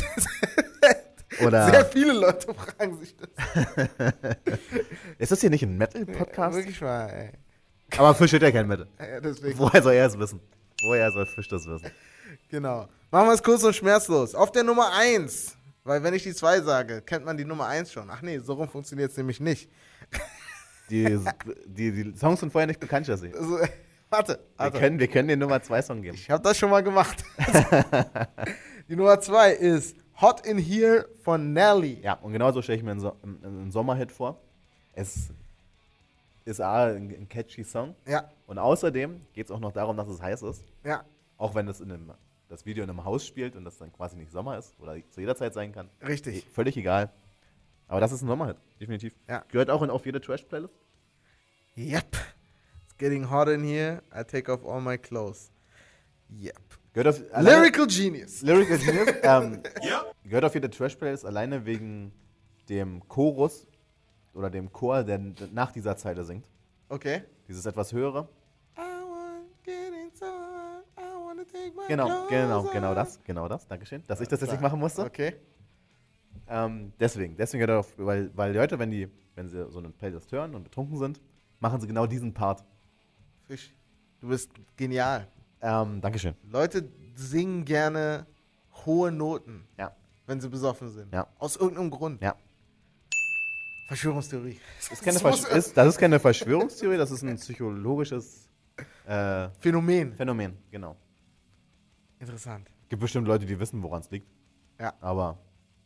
Oder Sehr viele Leute fragen sich das. ist das hier nicht ein Metal-Podcast? Wirklich mal, ey. Aber Fisch hört ja kein Metal. Ja, deswegen. Woher soll er es wissen? Woher soll Fisch das wissen? Genau. Machen wir es kurz und schmerzlos. Auf der Nummer eins. Weil wenn ich die zwei sage, kennt man die Nummer eins schon. Ach nee, so rum funktioniert es nämlich nicht. Die, die, die Songs sind vorher nicht bekannt, Jesse. Also, warte, Wir warte. können, wir können den Nummer zwei Song geben. Ich habe das schon mal gemacht. Die Nummer zwei ist Hot in Here von Nelly. Ja, und genauso stelle ich mir einen, so einen, einen Sommerhit vor. Es ist A, ein, ein catchy Song. Ja, Und außerdem geht es auch noch darum, dass es heiß ist. ja, Auch wenn es in einem, das Video in einem Haus spielt und das dann quasi nicht Sommer ist oder zu jeder Zeit sein kann. richtig. Völlig egal. Aber das ist ein Sommerhit, definitiv. Ja. Gehört auch in, auf jede Trash-Playlist. Yep. It's getting hot in here. I take off all my clothes. Yep. Gehört auf, alleine- Lyrical Genius. Lyrical Genius. ähm, Gehört auf jede Trash-Playlist alleine wegen dem Chorus oder dem Chor, der n- nach dieser Zeile singt. Okay. Dieses etwas höhere. I wanna get inside, I wanna take my Genau, clothes genau, off. genau das, genau das. Dankeschön, dass ich das jetzt nicht machen musste. Okay. Ähm, deswegen, deswegen darauf, weil, weil Leute, wenn die, wenn sie so eine Playlist hören und betrunken sind, machen sie genau diesen Part. Fisch, du bist genial. Ähm, Dankeschön. Leute singen gerne hohe Noten, Ja, wenn sie besoffen sind. Ja. Aus irgendeinem Grund. ja. Verschwörungstheorie. Das ist keine, Das muss- Versch ist, das ist keine Verschwörungstheorie, das ist ein psychologisches äh, Phänomen. Phänomen, genau. Interessant. Gibt bestimmt Leute, die wissen, woran es liegt. Ja. Aber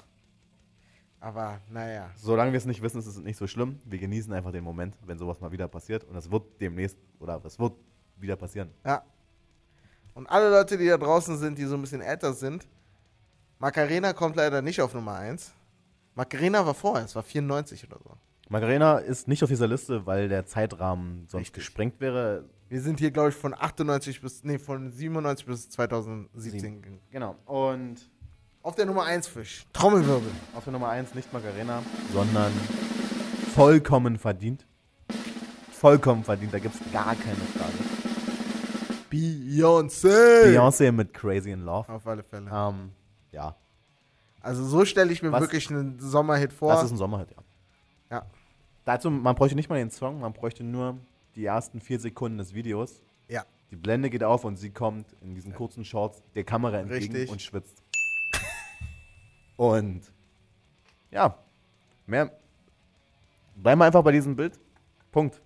Aber naja. solange wir es nicht wissen, ist es nicht so schlimm. Wir genießen einfach den Moment, wenn sowas mal wieder passiert. Und es wird demnächst, oder es wird wieder passieren. Ja. Und alle Leute, die da draußen sind, die so ein bisschen älter sind, Macarena kommt leider nicht auf Nummer eins. Macarena war vorher, es war vierundneunzig oder so. Macarena ist nicht auf dieser Liste, weil der Zeitrahmen sonst Richtig. gesprengt wäre. Wir sind hier, glaube ich, von achtundneunzig bis, nee, von siebenundneunzig bis zweitausendsiebzehn. gegangen. Genau. Und Auf der Nummer eins Fisch. Trommelwirbel. auf der Nummer eins nicht Macarena, sondern vollkommen verdient. Vollkommen verdient, da gibt es gar keine Frage. Beyoncé. Beyoncé mit Crazy in Love. Auf alle Fälle. Ähm, ja, Also so stelle ich mir Was- wirklich einen Sommerhit vor. das ist ein Sommerhit, ja. Ja. Dazu, man bräuchte nicht mal den Song, man bräuchte nur die ersten vier Sekunden des Videos. Ja. Die Blende geht auf und sie kommt in diesen kurzen Shorts der Kamera entgegen Richtig. und schwitzt. Und ja, mehr. Bleiben wir einfach bei diesem Bild. Punkt.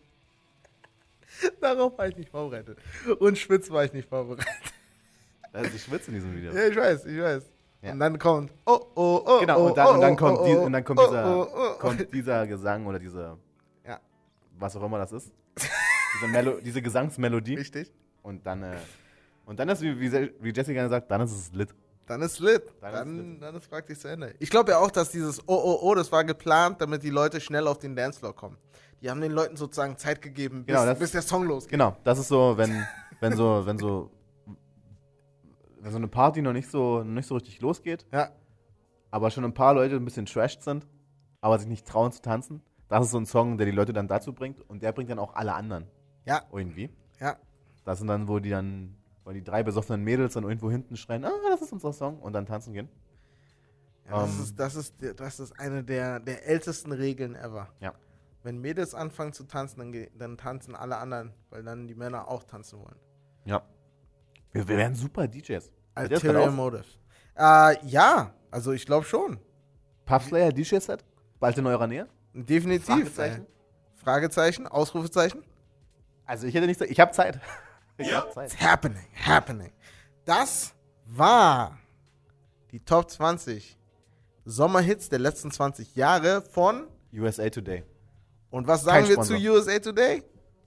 Darauf war ich nicht vorbereitet. Und Schwitz war ich nicht vorbereitet. Also sie schwitzt in diesem Video. Ja, ich weiß, ich weiß. Ja. Und dann kommt, oh, oh, oh, Genau, oh, und dann, oh, und dann oh, kommt, oh, die, oh, und dann kommt, oh, dieser, oh, oh. kommt dieser Gesang oder diese, Ja, was auch immer das ist, diese, Melo diese Gesangsmelodie. richtig. Und dann, äh, und dann ist, wie, wie Se- wie Jessica gerne sagt, dann ist es lit. Dann ist lit. Dann Dann, ist dann, ist praktisch zu Ende. Ich glaube ja auch, dass dieses Oh, oh, oh, das war geplant, damit die Leute schnell auf den Dancefloor kommen. Die haben den Leuten sozusagen Zeit gegeben, bis, Genau, das- bis der Song losgeht. Genau, das ist so, wenn, wenn so, wenn so, wenn so eine Party noch nicht so, noch nicht so richtig losgeht, Ja, aber schon ein paar Leute ein bisschen trashed sind, aber sich nicht trauen zu tanzen. Das ist so ein Song, der die Leute dann dazu bringt und der bringt dann auch alle anderen ja, irgendwie. ja. Das sind dann, wo die dann, wo die drei besoffenen Mädels dann irgendwo hinten schreien, ah, das ist unser Song und dann tanzen gehen. ja das, Ähm. ist, das, ist, das ist eine der, der ältesten Regeln ever. Ja. Wenn Mädels anfangen zu tanzen, dann, ge- dann tanzen alle anderen, weil dann die Männer auch tanzen wollen. Ja. Wir, wir werden super D Js. Fällt dir das grad Ulterior auf? Motive. Äh, ja, also ich glaube schon. Puff Slayer D J-Set? Bald in eurer Nähe? Definitiv. Fragezeichen? Fragezeichen? Fragezeichen, Ausrufezeichen. Also ich hätte nicht so, ich habe Zeit. Ich habe Zeit. It's happening, happening. Das war die Top zwanzig Sommerhits der letzten zwanzig Jahre von, U S A Today. und was sagen Kein wir Sponsor. zu U S A Today?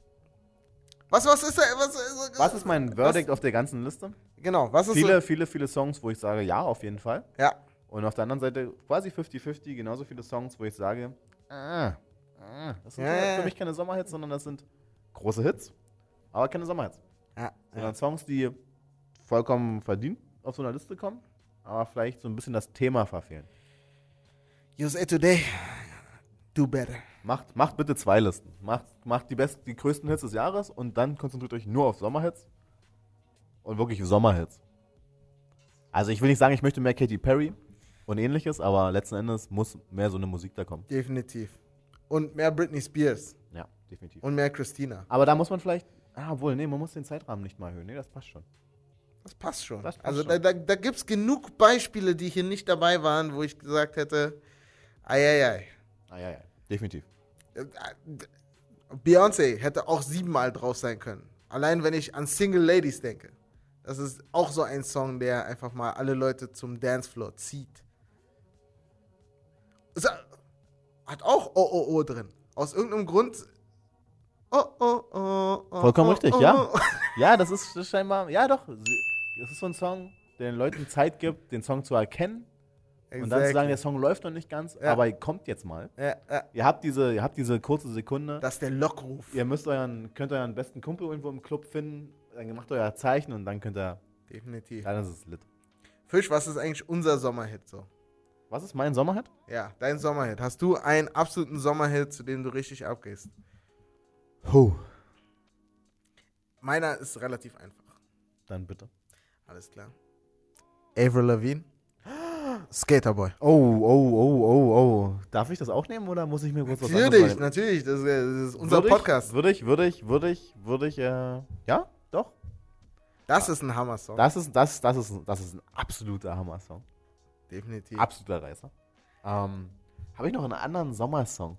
Was, was ist da, was, Was ist mein Verdict auf der ganzen Liste? Genau, was ist Viele, viele, viele Songs, wo ich sage, ja, auf jeden Fall. so? Ja, Und auf der anderen Seite quasi fünfzig fünfzig, genauso viele Songs, wo ich sage, ah, ah, das sind Ja, ja, für ja. mich keine Sommerhits, sondern das sind große Hits, aber keine Sommerhits. ja, Sondern Songs, die vollkommen verdient auf so einer Liste kommen, aber vielleicht so ein bisschen das Thema verfehlen. U S A Today, do better. Macht, macht bitte zwei Listen. Macht, macht die besten, die größten Hits des Jahres und dann konzentriert euch nur auf Sommerhits. Und wirklich Sommerhits. Also ich will nicht sagen, ich möchte mehr Katy Perry und ähnliches, aber letzten Endes muss mehr so eine Musik da kommen. Definitiv. Und mehr Britney Spears Ja, definitiv. und mehr Christina. Aber da muss man vielleicht, ah, obwohl, nee, man muss den Zeitrahmen nicht mal erhöhen. Nee, das passt schon. Das passt schon. Das passt also schon. da, da, da gibt es genug Beispiele, die hier nicht dabei waren, wo ich gesagt hätte, ei, ei, ei. Ah, ja, ja, definitiv. Beyoncé hätte auch siebenmal drauf sein können. Allein wenn ich an Single Ladies denke. Das ist auch so ein Song, der einfach mal alle Leute zum Dancefloor zieht. Es hat auch Oh Oh Oh drin. Aus irgendeinem Grund. Oh Oh Oh Oh. Vollkommen oh, richtig, oh, ja. oh. Ja, das ist, das ist scheinbar, ja doch. Das ist so ein Song, der den Leuten Zeit gibt, den Song zu erkennen. Und dann zu sagen, der Song läuft noch nicht ganz, Ja. aber kommt jetzt mal. Ja, ja. Ihr habt diese, ihr habt diese kurze Sekunde. Das ist der Lockruf. Ihr müsst euren, könnt euren besten Kumpel irgendwo im Club finden, dann macht euer Zeichen und dann könnt ihr, Definitiv. dann ist es lit. Fisch, was ist eigentlich unser Sommerhit so? Was ist mein Sommerhit? Ja, dein Sommerhit. Hast du einen absoluten Sommerhit, zu dem du richtig abgehst? Huh. Meiner ist relativ einfach. Dann bitte. Alles klar. Avril Lavigne. Skaterboy. Oh, oh, oh, oh, oh. Darf ich das auch nehmen oder muss ich mir kurz was anderes Natürlich, überlegen? natürlich. Das ist, das ist unser Würde Podcast. Ich, würde ich, würde ich, würde ich, würde ich, äh, ja, doch. Das ist ein Hammer-Song. Das ist, das, das ist, das ist ein absoluter Hammer-Song. Definitiv. Absoluter Reißer. Ähm, habe ich noch einen anderen Sommersong?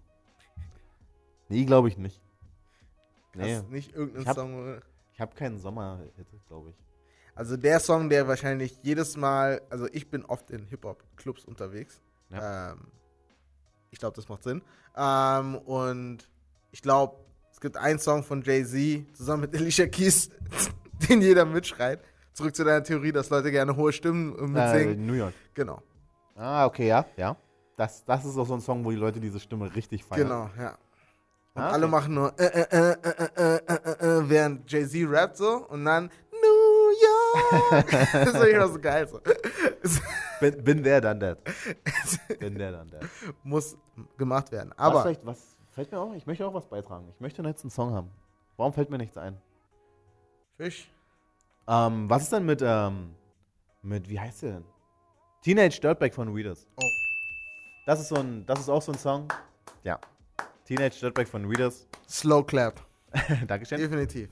Nee, glaube ich nicht. Nee, Das ist nicht irgendein Ich hab- Song. Oder? ich habe keinen Sommerhit, glaube ich. Also der Song, der wahrscheinlich jedes Mal, also ich bin oft in Hip-Hop-Clubs unterwegs. Ja. Ähm, ich glaube, das macht Sinn. Ähm, und ich glaube, es gibt einen Song von Jay-Z zusammen mit Alicia Keys, den jeder mitschreit. Zurück zu deiner Theorie, dass Leute gerne hohe Stimmen äh, Äh, mitsingen. New York. Genau, Ah, okay, ja, ja. Das, das ist auch so ein Song, wo die Leute diese Stimme richtig feiern. genau, ja. Und Ah, okay. alle machen nur äh, äh, äh, äh, äh, äh, äh, äh, während Jay-Z rappt so und dann New York. Das ist irgendwie noch so geil so. Es Bin, bin der dann der. Bin der dann der. muss gemacht werden. Was, Aber vielleicht, was fällt mir auch? Ich möchte auch was beitragen. Ich möchte jetzt einen Song haben. Warum fällt mir nichts ein? Fisch. Ähm, was ist denn mit, ähm, mit, wie heißt der denn? Teenage Dirtbag von Readers. Oh. Das ist so ein, das ist auch so ein Song. Ja. Teenage Dirtbag von Readers. Slow Clap. Dankeschön. Definitiv.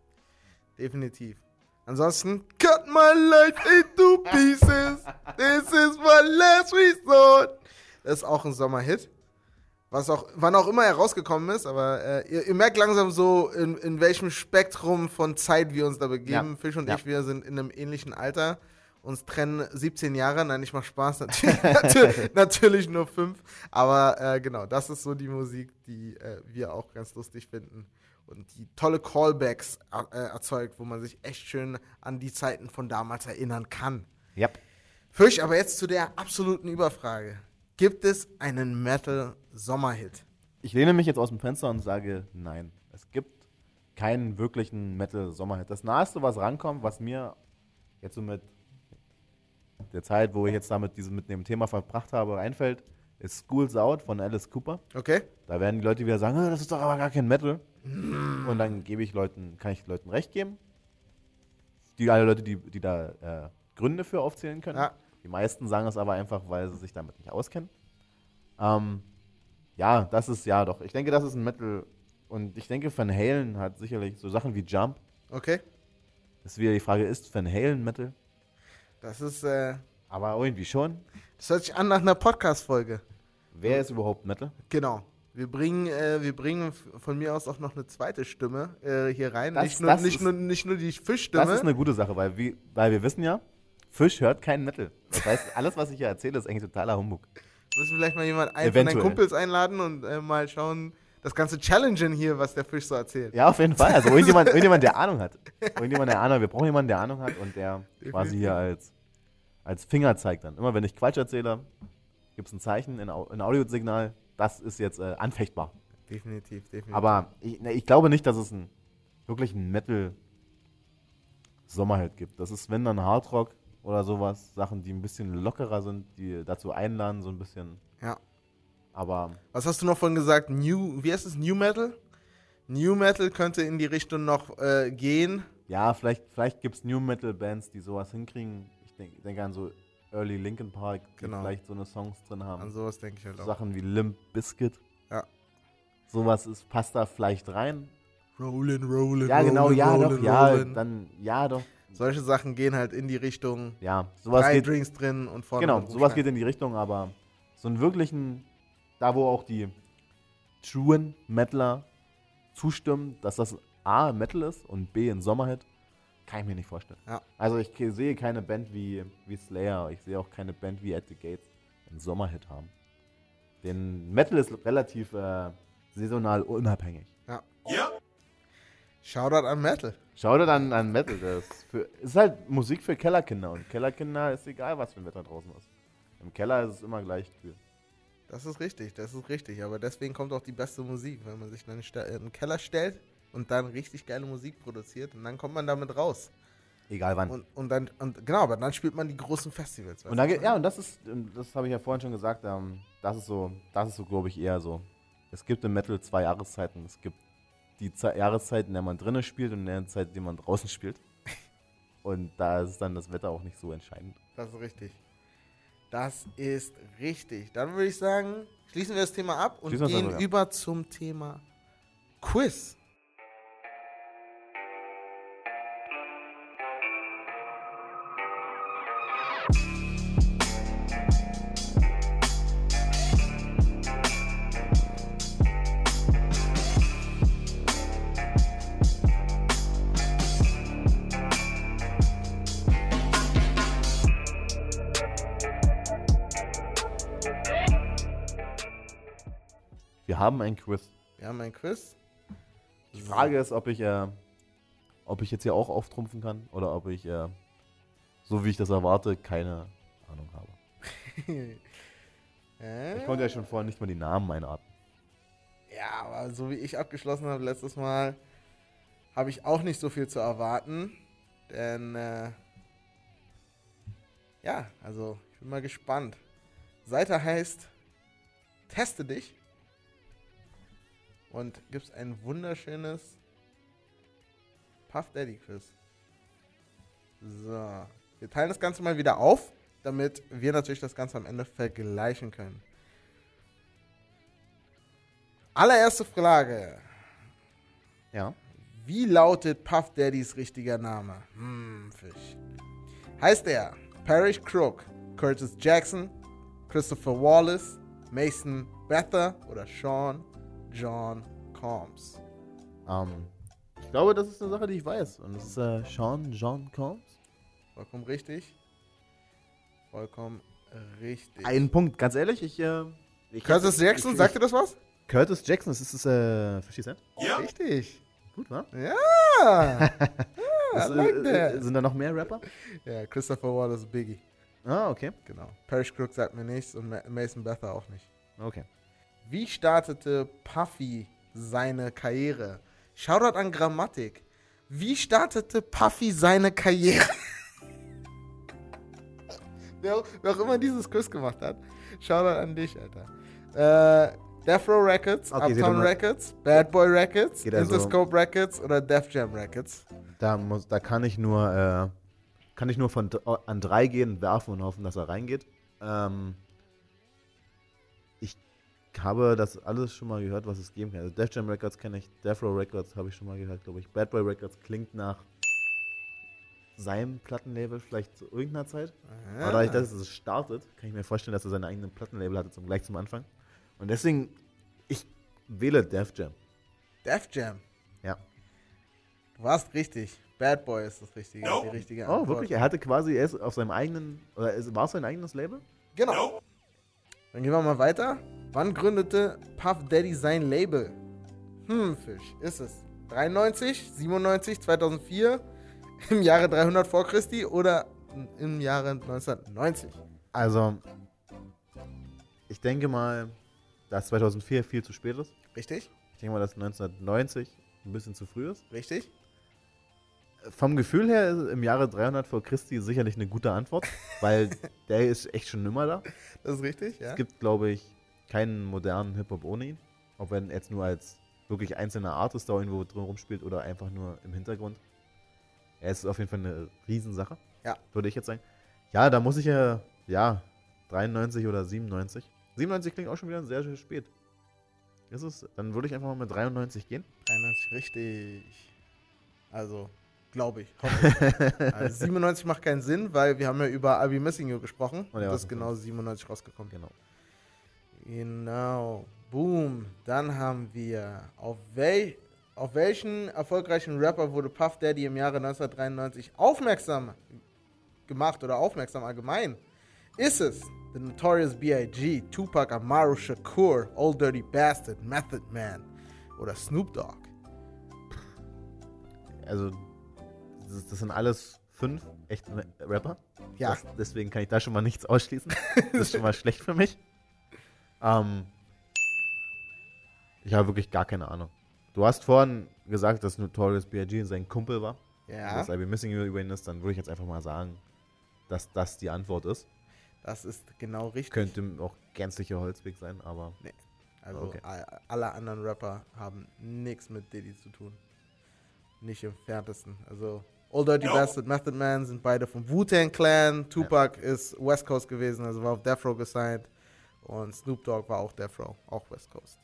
Definitiv. Ansonsten, cut my life into pieces. This is my last resort. Das ist auch ein Sommerhit. Was auch, wann auch immer er rausgekommen ist, aber äh, ihr, ihr merkt langsam so, in, in welchem Spektrum von Zeit wir uns da begeben. Ja. Fisch und Ja. ich, wir sind in einem ähnlichen Alter. Uns trennen siebzehn Jahre. Nein, ich mach Spaß. Natürlich, natürlich, natürlich nur fünf. Aber äh, genau, das ist so die Musik, die äh, wir auch ganz lustig finden. Und die tolle Callbacks äh, erzeugt, wo man sich echt schön an die Zeiten von damals erinnern kann. Ja. Fisch, aber jetzt zu der absoluten Überfrage. Gibt es einen Metal-Sommerhit? Ich lehne mich jetzt aus dem Fenster und sage nein. Es gibt keinen wirklichen Metal-Sommerhit. Das Naheste, was rankommt, was mir jetzt so mit der Zeit, wo ich jetzt damit diese, mit dem Thema verbracht habe, einfällt, ist School's Out von Alice Cooper. Okay? Da werden die Leute wieder sagen, "Ah, das ist doch aber gar kein Metal." Und dann gebe ich Leuten, kann ich Leuten recht geben. Die alle Leute, die, die da äh, Gründe für aufzählen können. Ja. Die meisten sagen es aber einfach, weil sie sich damit nicht auskennen. Ähm, ja, das ist, ja doch. Ich denke, das ist ein Metal. Und ich denke, Van Halen hat sicherlich so Sachen wie Jump. Okay? Das ist wieder die Frage, ist Van Halen Metal? Das ist, äh, Aber irgendwie schon. das hört sich an nach einer Podcast-Folge. Wer ist überhaupt Metal? Genau. Wir bringen, äh, wir bringen f- von mir aus auch noch eine zweite Stimme äh, hier rein. Das- nicht, nur, das nicht, ist- nur, nicht nur die Fischstimme. Das ist eine gute Sache, weil, wie, weil wir wissen ja, Fisch hört keinen Metal. Das heißt, alles, was ich hier erzähle, ist eigentlich totaler Humbug. Müssen wir vielleicht mal jemand einen von Eventuell. deinen Kumpels einladen und äh, mal schauen, das ganze Challengen hier, was der Fisch so erzählt. Ja, auf jeden Fall. Also irgendjemand, irgendjemand der Ahnung hat. Irgendjemand, der Ahnung hat. Wir brauchen jemanden, der Ahnung hat und der quasi hier als, als Finger zeigt dann. Immer wenn ich Quatsch erzähle, gibt es ein Zeichen, ein, Au- ein Audiosignal. Das ist jetzt äh, anfechtbar. Definitiv, definitiv. Aber ich, ne, ich glaube nicht, dass es einen wirklichen Metal-Sommerhit gibt. Das ist, wenn dann Hardrock oder sowas, Sachen, die ein bisschen lockerer sind, die dazu einladen, so ein bisschen. Ja. Aber Was hast du noch von gesagt? New, wie heißt es? New Metal? New Metal könnte in die Richtung noch äh, gehen. ja, vielleicht, vielleicht gibt es New Metal-Bands, die sowas hinkriegen. Ich denk- denke an so Early Linkin Park, die Genau. vielleicht so eine Songs drin haben. An sowas denke ich halt auch. Sachen wie Limp Bizkit. Ja. Sowas ist, passt da vielleicht rein. Rollen, rollen, Ja, genau, rollen, ja, rollen, doch, ja, rollen. dann, ja, doch. Solche Sachen gehen halt in die Richtung. Ja, sowas Drei geht, Drinks drin und vorne. genau, mit sowas geht rumschneiden. in die Richtung, aber so einen wirklichen, da wo auch die truen Metaler zustimmen, dass das A, Metal ist und B, ein Sommerhit, kann ich mir nicht vorstellen. Ja. Also ich ke- sehe keine Band wie, wie Slayer, ich sehe auch keine Band wie At the Gates einen Sommerhit haben. Denn Metal ist relativ äh, saisonal unabhängig. Shoutout an Metal. Schau dir dann an Metal, das ist, für, ist halt Musik für Kellerkinder und Kellerkinder ist egal, was für ein Wetter draußen ist. Im Keller ist es immer gleich kühl. Das ist richtig, das ist richtig. Aber deswegen kommt auch die beste Musik, wenn man sich dann in den Keller stellt und dann richtig geile Musik produziert und dann kommt man damit raus. Egal wann. Und, und dann, und genau, aber dann spielt man die großen Festivals. weißt Und dann, du? geht- ja, und das ist, das habe ich ja vorhin schon gesagt, ähm, das ist so, das ist so, glaube ich, eher so. Es gibt im Metal zwei Jahreszeiten. Es gibt die Ze- Jahreszeit, in der man drinnen spielt und in der Zeit, in der man draußen spielt. Und da ist dann das Wetter auch nicht so entscheidend. Das ist richtig. Das ist richtig. Dann würde ich sagen, schließen wir das Thema ab und Schließen wir das gehen ab, ja. über zum Thema Quiz. Wir haben ein Quiz. Wir haben ein Quiz. Die Frage ist, ob ich, äh, ob ich jetzt hier auch auftrumpfen kann oder ob ich, äh, so wie ich das erwarte, keine Ahnung habe. äh? Ich konnte ja schon vorhin nicht mal die Namen einatmen. Ja, aber so wie ich abgeschlossen habe letztes Mal, habe ich auch nicht so viel zu erwarten. Denn, äh, ja, also ich bin mal gespannt. Seite heißt Teste dich. Und gibt ein wunderschönes Puff Daddy Quiz. So, wir teilen das Ganze mal wieder auf, damit wir natürlich das Ganze am Ende vergleichen können. Allererste Frage. Ja. Wie lautet Puff Daddys richtiger Name? Hm, Fisch. Heißt er Parrish Crook, Curtis Jackson, Christopher Wallace, Mason Bether oder Sean John Combs? Ähm, ich glaube, das ist eine Sache, die ich weiß. Und das ist äh, Sean John Combs. Vollkommen richtig. Vollkommen richtig. Ein Punkt, ganz ehrlich, ich. Äh, ich Curtis Jackson, ich, sagt dir das was? Curtis Jackson, das ist das äh, fifty Cent? Ja. Richtig. Gut, wa? Ja. Das, I like äh, that. äh, sind da noch mehr Rapper? Ja, Christopher Wallace, Biggie. Ah, okay. Genau. Parrish Crook sagt mir nichts und Ma- Mason Bether auch nicht. Okay. Wie startete Puffy seine Karriere? Shoutout an Grammatik. Wie startete Puffy seine Karriere? wer, wer auch immer dieses Quiz gemacht hat, Shoutout an dich, Alter. Äh, Death Row Records, Okay, seht ihr Uptown mal. Records, Bad Boy Records, Geht also- Interscope Records oder Def Jam Records? Da, muss, da kann ich nur, äh, kann ich nur von d- an drei gehen, werfen und hoffen, dass er reingeht. Ähm, ich habe das alles schon mal gehört, was es geben kann. Also Def Jam Records kenne ich, Death Row Records habe ich schon mal gehört, glaube ich. Bad Boy Records klingt nach seinem Plattenlabel vielleicht zu irgendeiner Zeit. Aber dadurch, dass es startet, kann ich mir vorstellen, dass er seine eigenen Plattenlabel hatte, zum, gleich zum Anfang. Und deswegen, ich wähle Def Jam. Def Jam. Ja. Du warst richtig. Bad Boy ist das richtige, die richtige Antwort. Oh, wirklich? Er hatte quasi, er ist auf seinem eigenen, oder ist, war es sein eigenes Label? Genau. Dann gehen wir mal weiter. Wann gründete Puff Daddy sein Label? Hm, Fisch. Ist es dreiundneunzig, siebenundneunzig, zweitausendvier, im Jahre dreihundert vor Christi oder im Jahre neunzehnhundertneunzig? Also, ich denke mal, dass zweitausendvier viel zu spät ist. Richtig? Ich denke mal, dass neunzehnhundertneunzig ein bisschen zu früh ist. Richtig? Vom Gefühl her ist im Jahre dreihundert vor Christi sicherlich eine gute Antwort, weil der ist echt schon nimmer da. Das ist richtig, ja. Es gibt, glaube ich, keinen modernen Hip-Hop ohne ihn. Auch wenn er jetzt nur als wirklich einzelner Artist da irgendwo drin rumspielt oder einfach nur im Hintergrund. Er ist auf jeden Fall eine Riesensache, Ja. würde ich jetzt sagen. Ja, da muss ich ja, ja, dreiundneunzig oder siebenundneunzig. siebenundneunzig klingt auch schon wieder sehr, sehr spät. Ist es? Dann würde ich einfach mal mit dreiundneunzig gehen. dreiundneunzig, richtig. Also, glaube ich. Hoffe ich. Also siebenundneunzig macht keinen Sinn, weil wir haben ja über I'll Be Missing You gesprochen. Und ja, Und das was ist genau siebenundneunzig rausgekommen. Genau. Genau. Boom. Dann haben wir, auf, wel auf welchen erfolgreichen Rapper wurde Puff Daddy im Jahre neunzehnhundertdreiundneunzig aufmerksam gemacht oder aufmerksam allgemein? Ist es The Notorious B I G, Tupac Amaru Shakur, Old Dirty Bastard, Method Man oder Snoop Dogg? Also, das, das sind alles fünf echte Rapper. Ja. Das, deswegen kann ich da schon mal nichts ausschließen. Das ist schon mal schlecht für mich. Ähm, ich habe wirklich gar keine Ahnung. Du hast vorhin gesagt, dass Notorious B I G sein Kumpel war. Ja. das I Be Missing You über ihn ist, dann würde ich jetzt einfach mal sagen, dass das die Antwort ist. Das ist genau richtig. Könnte auch gänzlicher Holzweg sein, aber Also okay. a- alle anderen Rapper haben nichts mit Diddy zu tun. Nicht im Entferntesten. Also Old Dirty Bastard, Method Man sind beide vom Wu-Tang Clan. Tupac ja. ist West Coast gewesen, also war auf Death Row gesigned. Und Snoop Dogg war auch Death Row, auch West Coast.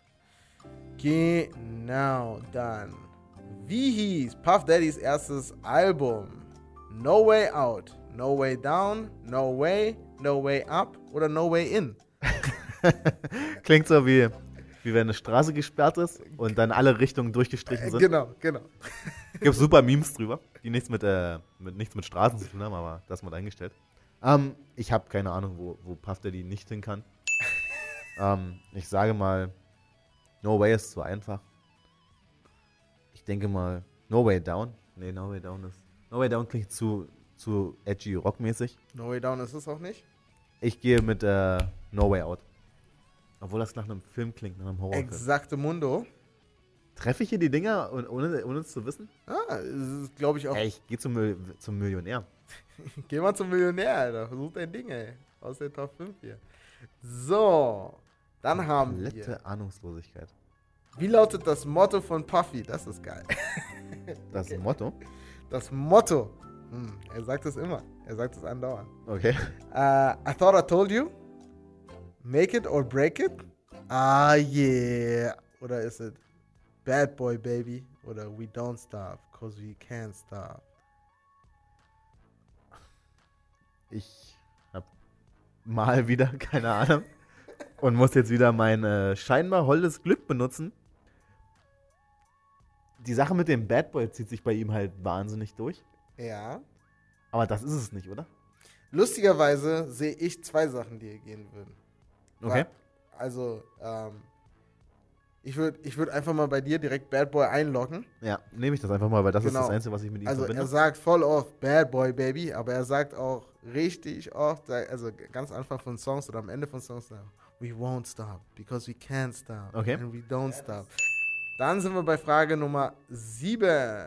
Genau, dann. Wie hieß Puff Daddys erstes Album? No Way Out, No Way Down, No Way, No Way Up oder No Way In? Klingt so wie, wie wenn eine Straße gesperrt ist und dann alle Richtungen durchgestrichen sind. Genau, genau. Gibt super Memes drüber, die nichts mit, äh, mit, nichts mit Straßen zu tun haben, aber das mal eingestellt. Ähm, ich habe keine Ahnung, wo, wo Puff Daddy nicht hin kann. ähm, ich sage mal, No Way ist zu einfach. Ich denke mal, No Way Down. Nee, No Way Down ist. No Way Down klingt zu, zu edgy, rockmäßig. No Way Down ist es auch nicht. Ich gehe mit äh, No Way Out. Obwohl das nach einem Film klingt, nach einem Horrorfilm. Exakte Mundo. Treffe ich hier die Dinger, ohne, ohne es zu wissen? Ah, das ist, glaube ich, auch. Ey, ich gehe zum, Mil- zum Millionär. Geh mal zum Millionär, Alter. Versuch dein Ding, ey. Aus der Top fünf hier. So. Dann haben wir. Komplette Ahnungslosigkeit. Wie lautet das Motto von Puffy? Das ist geil. Das ist ein Motto? Das Motto. Hm, er sagt es immer. Er sagt es andauernd. Okay. Uh, I thought I told you. Make it or break it. Ah, yeah. Oder ist es Bad Boy, Baby? Oder We Don't Stop, cause we can't stop. Ich hab mal wieder keine Ahnung und muss jetzt wieder mein äh, scheinbar holdes Glück benutzen. Die Sache mit dem Bad Boy zieht sich bei ihm halt wahnsinnig durch. Ja. Aber das ist es nicht, oder? Lustigerweise sehe ich zwei Sachen, die hier gehen würden. Okay. Also, ähm, ich würde ich würd einfach mal bei dir direkt Bad Boy einloggen. Ja, nehme ich das einfach mal, weil das Genau. ist das Einzige, was ich mit ihm Also verbinde. er sagt voll oft Bad Boy Baby, aber er sagt auch richtig oft, also ganz Anfang von Songs oder am Ende von Songs, we won't stop, because we can't stop, Okay. and we don't stop. Dann sind wir bei Frage Nummer sieben.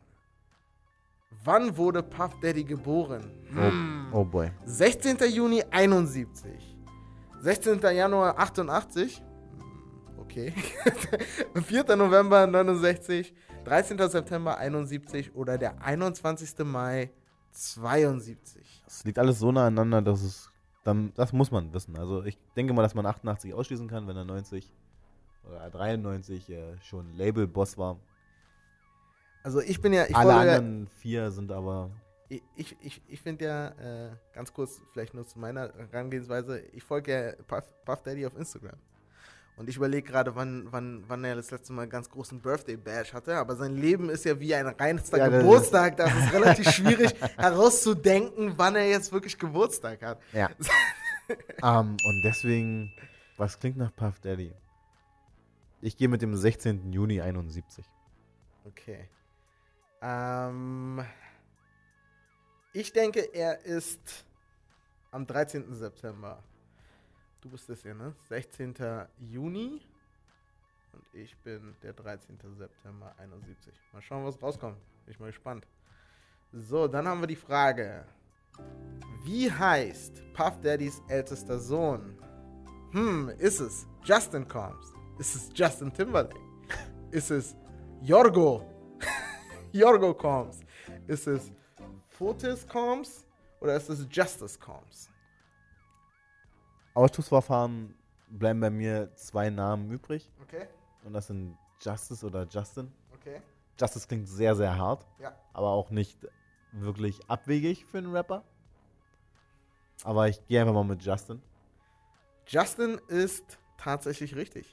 Wann wurde Puff Daddy geboren? Hm. Oh, oh boy. sechzehnten Juni einundsiebzig. sechzehnten Januar achtundachtzig. Hm, Okay. vierten November neunundsechzig. dreizehnten September einundsiebzig oder der einundzwanzigsten Mai zweiundsiebzig. Das liegt alles so nah aneinander, dass es dann, das muss man wissen. Also ich denke mal, dass man achtundachtzig ausschließen kann, wenn er neunzig oder dreiundneunzig äh, schon Label-Boss war. Also ich bin ja, ich Alle folge, anderen vier sind aber. ich, ich, ich, ich finde ja, äh, ganz kurz vielleicht nur zu meiner Herangehensweise, ich folge ja Puff, Puff Daddy auf Instagram. Und ich überlege gerade, wann, wann, wann er das letzte Mal einen ganz großen Birthday-Bash hatte. Aber sein Leben ist ja wie ein reinster Ja, das Geburtstag. Das ist relativ schwierig herauszudenken, wann er jetzt wirklich Geburtstag hat. Ja. um, und deswegen, was klingt nach Puff Daddy? Ich gehe mit dem sechzehnten Juni einundsiebzig. Okay. Ähm, ich denke, er ist am dreizehnten September. Du bist es ja, ne? sechzehnten Juni. Und ich bin der dreizehnten September einundsiebzig. Mal schauen, was rauskommt. Bin ich mal gespannt. So, dann haben wir die Frage. Wie heißt Puff Daddys ältester Sohn? Hm, ist es Justin Combs? Ist es Justin Timberlake? Ist es Yorgo? Yorgo Combs? Ist es Fotis Combs? Oder ist es Justice Combs? Ausschussverfahren bleiben bei mir zwei Namen übrig. Okay, Und das sind Justice oder Justin. okay. Justice klingt sehr, sehr hart. Ja. Aber auch nicht wirklich abwegig für einen Rapper. Aber ich gehe einfach mal mit Justin. Justin ist tatsächlich richtig.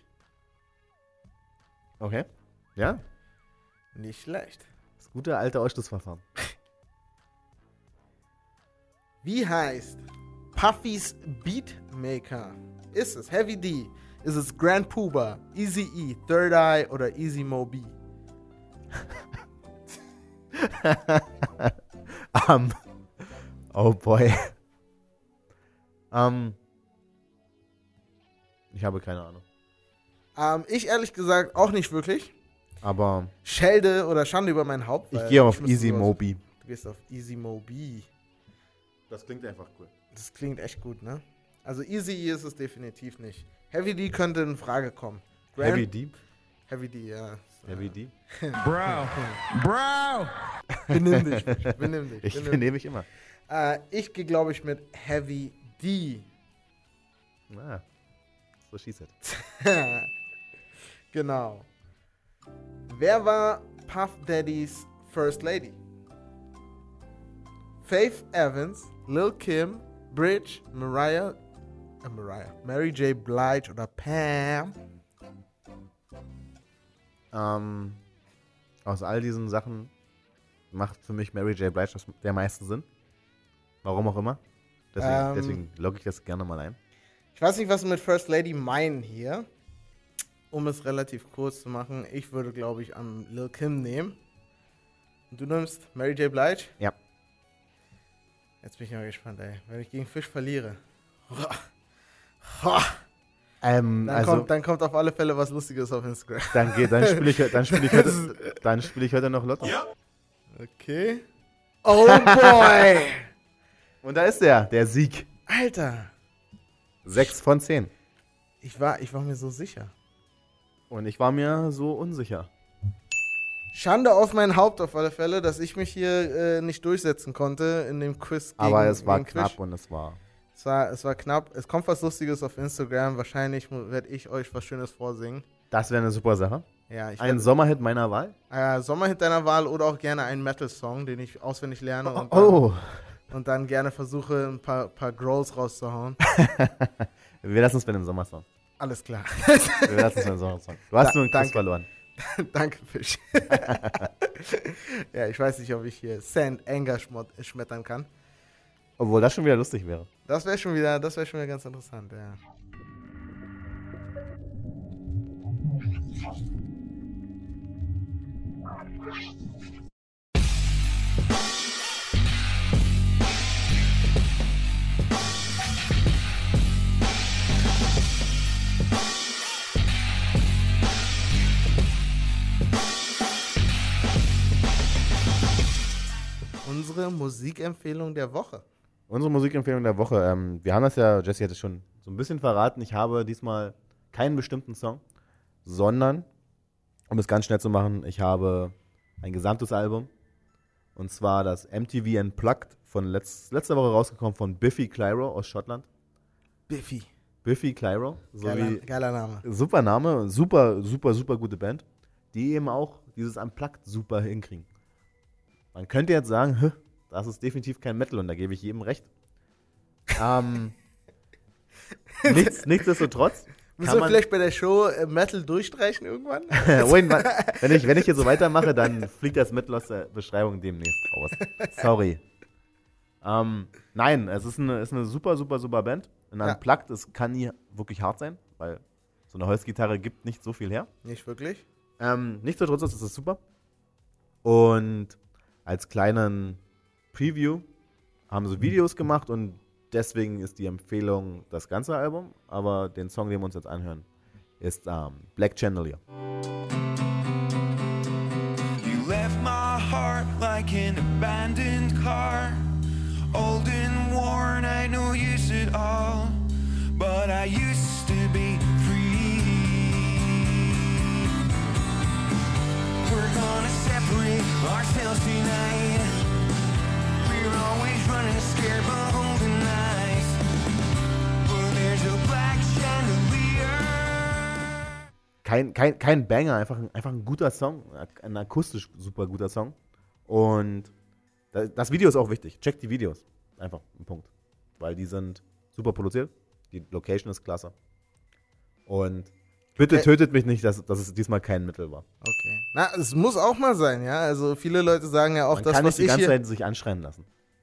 Okay. Ja. Nicht schlecht. Das gute alte Ausschlussverfahren. Wie heißt Puffys Beatmaker? Ist es Heavy D? Ist es Grand Puba, Easy E, Third Eye oder Easy Mo B? um, oh boy. um, ich habe keine Ahnung. Ähm, ich ehrlich gesagt auch nicht wirklich. Aber Schelde oder Schande über mein Haupt. ich weil gehe auf muss Easy sowas- Mobi. Du gehst auf Easy Mobi. Das klingt einfach cool. Das klingt echt gut, ne? Also Easy ist es definitiv nicht. Heavy D könnte in Frage kommen. Grand- Heavy D? Heavy D, ja. Heavy D? Bro. Bro. Benimm dich, benimm dich. Ich benimm benehme mich immer. Äh, ich gehe, glaube ich, mit Heavy D. Ah, so she said. Genau. Wer war Puff Daddys First Lady? Faith Evans, Lil Kim, Bridge, Mariah, äh, Mariah, Mary J. Blige oder Pam? Ähm, aus all diesen Sachen macht für mich Mary J. Blige das der meiste Sinn. Warum auch immer. Deswegen, Ähm. deswegen logge ich das gerne mal ein. Ich weiß nicht, was wir mit First Lady meinen hier. Um es relativ kurz zu machen, ich würde, glaube ich, am Lil Kim nehmen. Und du nimmst Mary J. Blige? Ja. Jetzt bin ich mal gespannt, ey. Wenn ich gegen Fisch verliere. Ähm, Dann, also, kommt, dann kommt auf alle Fälle was Lustiges auf Instagram. dann, geht- dann spiele ich, dann spiel ich, heute- dann spiel ich heute noch Lotto. Okay. Oh boy! Und da ist er, der Sieg. Alter! Sechs von zehn. Ich war, ich war mir so sicher. Und ich war mir so unsicher. Schande auf mein Haupt auf alle Fälle, dass ich mich hier äh, nicht durchsetzen konnte in dem Quiz gegen Aber es war gegen knapp Quiz. und es war. Es war, es war knapp. Es kommt was Lustiges auf Instagram. Wahrscheinlich werde ich euch was Schönes vorsingen. Das wäre eine super Sache. Ja, ich Ein werd, Sommerhit meiner Wahl. äh, Sommerhit deiner Wahl oder auch gerne einen Metal-Song, den ich auswendig lerne und, dann, Oh. und dann gerne versuche, ein paar, paar Growls rauszuhauen. Wir lassen es bei dem Sommersong. Alles klar. Wir lassen es bei dem Sommersong. Du hast Da- nur einen Quiz danke. verloren. Danke, Fisch. Ja, ich weiß nicht, ob ich hier Sand Anger schmott- schmettern kann. Obwohl das schon wieder lustig wäre. Das wäre schon wieder, das wäre schon wieder ganz interessant, ja. Unsere Musikempfehlung der Woche. Unsere Musikempfehlung der Woche. Ähm, wir haben das ja, Jesse hat es schon so ein bisschen verraten. Ich habe diesmal keinen bestimmten Song, sondern, um es ganz schnell zu machen, ich habe ein gesamtes Album. Und zwar das M T V Unplugged von letz, letzter Woche rausgekommen von Biffy Clyro aus Schottland. Biffy. Biffy Clyro. So Geiler, wie, geiler Name. super Name, super, super, super gute Band, die eben auch dieses Unplugged super hinkriegen. Man könnte jetzt sagen, "Hä, das ist definitiv kein Metal und da gebe ich jedem recht. Ähm, nichts, nichtsdestotrotz Müssen kann wir man, vielleicht bei der Show äh, Metal durchstreichen irgendwann? Wait, wa- wenn, ich, wenn ich hier so weitermache, dann fliegt das Metal aus der Beschreibung demnächst raus. Sorry. Ähm, nein, es ist eine, ist eine super, super, super Band. Ein Ja. Unplugged, es kann nie wirklich hart sein, weil so eine Holzgitarre gibt nicht so viel her. Nicht wirklich. Ähm, nichtsdestotrotz ist es super. Und als kleinen Preview haben sie Videos gemacht und deswegen ist die Empfehlung das ganze Album. Aber den Song, den wir uns jetzt anhören, ist ähm, Black Chandelier. You left my heart like an abandoned car. Old and worn, I know you said all. But I used to be free. We're gonna separate ourselves tonight. We're always running scared but holding nice. But there's a black chandelier. Kein, kein, kein Banger, einfach, ein- einfach ein guter Song. Ein akustisch super guter Song. Und das, das Video ist auch wichtig. Checkt die Videos. Einfach ein Punkt. Weil die sind super produziert. Die Location ist klasse. Und bitte Okay. tötet mich nicht, dass, dass es diesmal kein Mittel war. Okay. Na, es muss auch mal sein, ja. Also viele Leute sagen ja auch, Man das, kann was nicht die ich ganze hier... Zeit sich anschreien lassen.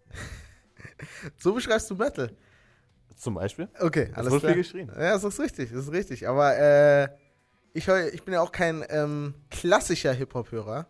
So beschreibst du Metal. Zum Beispiel? Okay, Es alles wurde klar. viel geschrien. Ja, das ist richtig, das ist richtig. Aber äh, ich, heu- ich bin ja auch kein ähm, klassischer Hip-Hop-Hörer.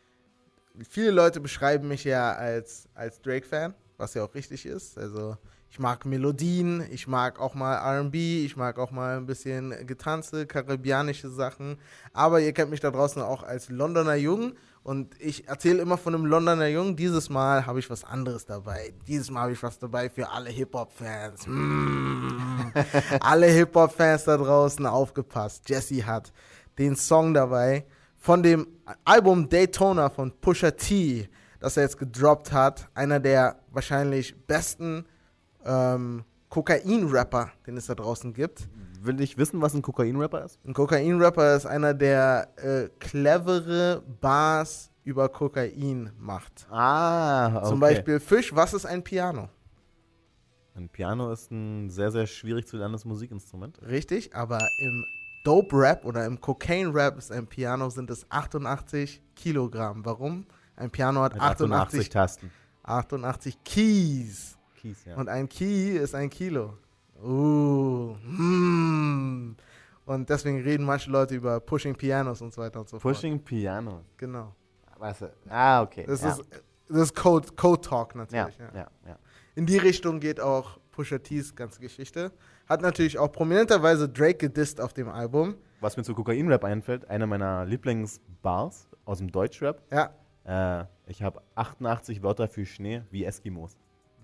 Viele Leute beschreiben mich ja als, als Drake-Fan, was ja auch richtig ist. Also Ich mag Melodien, ich mag auch mal R and B, ich mag auch mal ein bisschen getanzte, karibianische Sachen. Aber ihr kennt mich da draußen auch als Londoner Jungen und ich erzähle immer von einem Londoner Jungen. Dieses Mal habe ich was anderes dabei. Dieses Mal habe ich was dabei für alle Hip-Hop-Fans. Mm. Alle Hip-Hop-Fans da draußen, aufgepasst. Jesse hat den Song dabei von dem Album Daytona von Pusha T, das er jetzt gedroppt hat. Einer der wahrscheinlich besten Ähm, Kokain-Rapper, den es da draußen gibt. Will ich wissen, was ein Kokain-Rapper ist? Ein Kokain-Rapper ist einer, der äh, clevere Bars über Kokain macht. Ah, okay. Zum Beispiel Fisch, was ist ein Piano? Ein Piano ist ein sehr, sehr schwierig zu lernendes Musikinstrument. Richtig, aber im Dope-Rap oder im Cocaine-Rap ist ein Piano, sind es achtundachtzig Kilogramm. Warum? Ein Piano hat Mit achtundachtzig, achtundachtzig Tasten. achtundachtzig Keys. Keys, ja. Und ein Key ist ein Kilo. Uh, mm. Und deswegen reden manche Leute über Pushing Pianos und so weiter und so fort. Pushing Piano. Genau. Was? Ah, okay. Das ja. ist, das ist Code, Code Talk ja, natürlich. Ja. ja, ja. In die Richtung geht auch Pusha T's ganze Geschichte. Hat natürlich auch prominenterweise Drake gedisst auf dem Album. Was mir zu Kokain-Rap einfällt, eine meiner Lieblingsbars aus dem Deutschrap. Ja. Äh, ich habe achtundachtzig Wörter für Schnee wie Eskimos.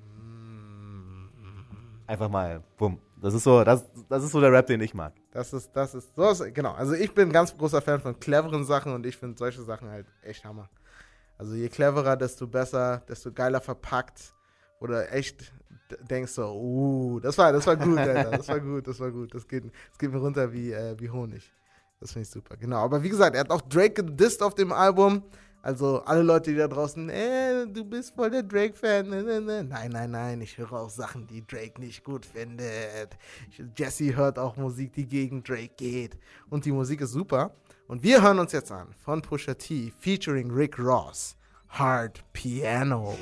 Einfach mal, bumm. Das ist so, das, das ist so der Rap, den ich mag. Das ist, das ist, so ist, genau. Also ich bin ein ganz großer Fan von cleveren Sachen und ich finde solche Sachen halt echt Hammer. Also je cleverer, desto besser, desto geiler verpackt. Oder echt denkst so, uh, das war, das war gut, Alter. Das war gut, das war gut. Das geht, das geht mir runter wie, äh, wie Honig. Das finde ich super, genau. Aber wie gesagt, er hat auch Drake gedisst auf dem Album. Also alle Leute, die da draußen, äh, du bist voll der Drake-Fan. Ne, ne, ne. Nein, nein, nein, ich höre auch Sachen, die Drake nicht gut findet. Jesse hört auch Musik, die gegen Drake geht. Und die Musik ist super. Und wir hören uns jetzt an von Pusha T featuring Rick Ross. Hard Piano.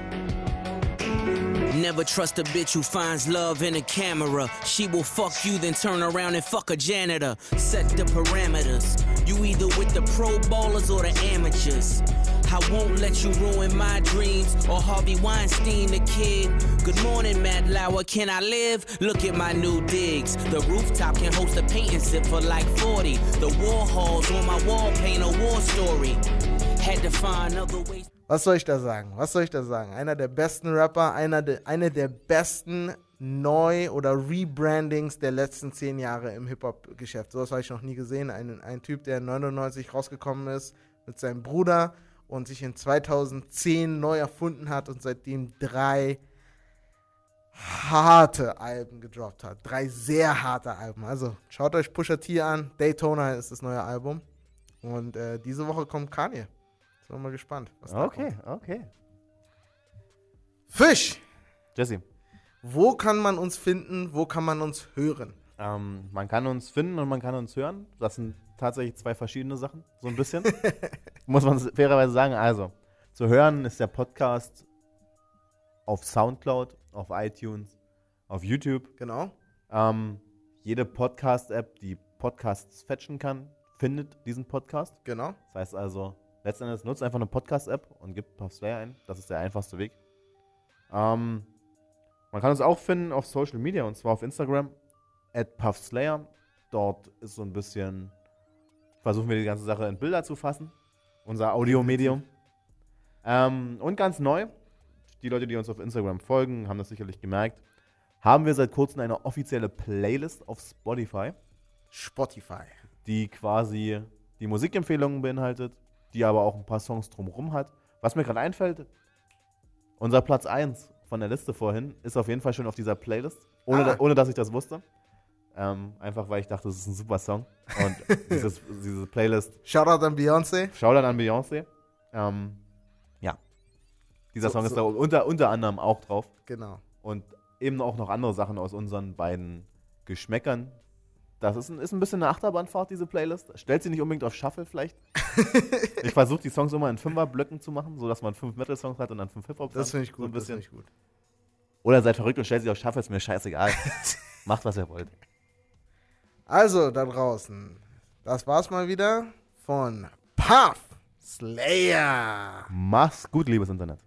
Never trust a bitch who finds love in a camera. She will fuck you, then turn around and fuck a janitor. Set the parameters. You either with the pro ballers or the amateurs. I won't let you ruin my dreams or Harvey Weinstein the kid. Good morning, Matt Lauer, can I live? Look at my new digs. The rooftop can host a painting sip for like forty. The war halls on my wall paint a war story. Had to find other ways. Was soll ich da sagen? Was soll ich da sagen? Einer der besten Rapper, einer de, eine der besten Neu- oder Rebrandings der letzten zehn Jahre im Hip-Hop-Geschäft. So was habe ich noch nie gesehen. Ein, ein Typ, der neunundneunzig rausgekommen ist mit seinem Bruder und sich in zweitausendzehn neu erfunden hat und seitdem drei harte Alben gedroppt hat. Drei sehr harte Alben. Also schaut euch Pusha T an. Daytona ist das neue Album. Und äh, diese Woche kommt Kanye. Sind wir mal gespannt, was da Okay, kommt. okay. Fisch! Jesse, Wo kann man uns finden? Wo kann man uns hören? ähm, man kann uns finden und man kann uns hören. Das sind tatsächlich zwei verschiedene Sachen, so ein bisschen. Muss man fairerweise sagen. Also, zu hören ist der Podcast auf Soundcloud, auf iTunes, auf YouTube. Genau. Ähm, jede Podcast-App, die Podcasts fetchen kann, findet diesen Podcast. Genau. Das heißt also, letzten Endes nutzt einfach eine Podcast-App und gibt Puff Slayer ein. Das ist der einfachste Weg. Ähm, man kann uns auch finden auf Social Media und zwar auf Instagram at Puff Slayer. Dort ist so ein bisschen, versuchen wir die ganze Sache in Bilder zu fassen. Unser Audiomedium. Ähm, und ganz neu, die Leute, die uns auf Instagram folgen, haben das sicherlich gemerkt, haben wir seit kurzem eine offizielle Playlist auf Spotify, Spotify. die quasi die Musikempfehlungen beinhaltet, die aber auch ein paar Songs drumherum hat. Was mir gerade einfällt, unser Platz eins von der Liste vorhin ist auf jeden Fall schon auf dieser Playlist, ohne, Ah. da, ohne dass ich das wusste. Ähm, einfach weil ich dachte, das ist ein super Song. Und dieses, diese Playlist, Shoutout an Beyoncé. Shoutout an Beyoncé. Ähm, ja, dieser So- Song ist so- da unter, unter anderem auch drauf. Genau. Und eben auch noch andere Sachen aus unseren beiden Geschmäckern. Das ist ein, ist ein bisschen eine Achterbahnfahrt, diese Playlist. Stellt sie nicht unbedingt auf Shuffle vielleicht. Ich versuche die Songs immer in Fünferblöcken zu machen, sodass man fünf Metal-Songs hat und dann fünf Hip-Hop-Songs. Das finde ich So gut. ein Das bisschen. finde ich gut. Oder seid verrückt und stellt sie auf Shuffle, ist mir scheißegal. Macht, was ihr wollt. Also, da draußen. Das war's mal wieder von Puff Slayer. Mach's gut, liebes Internet.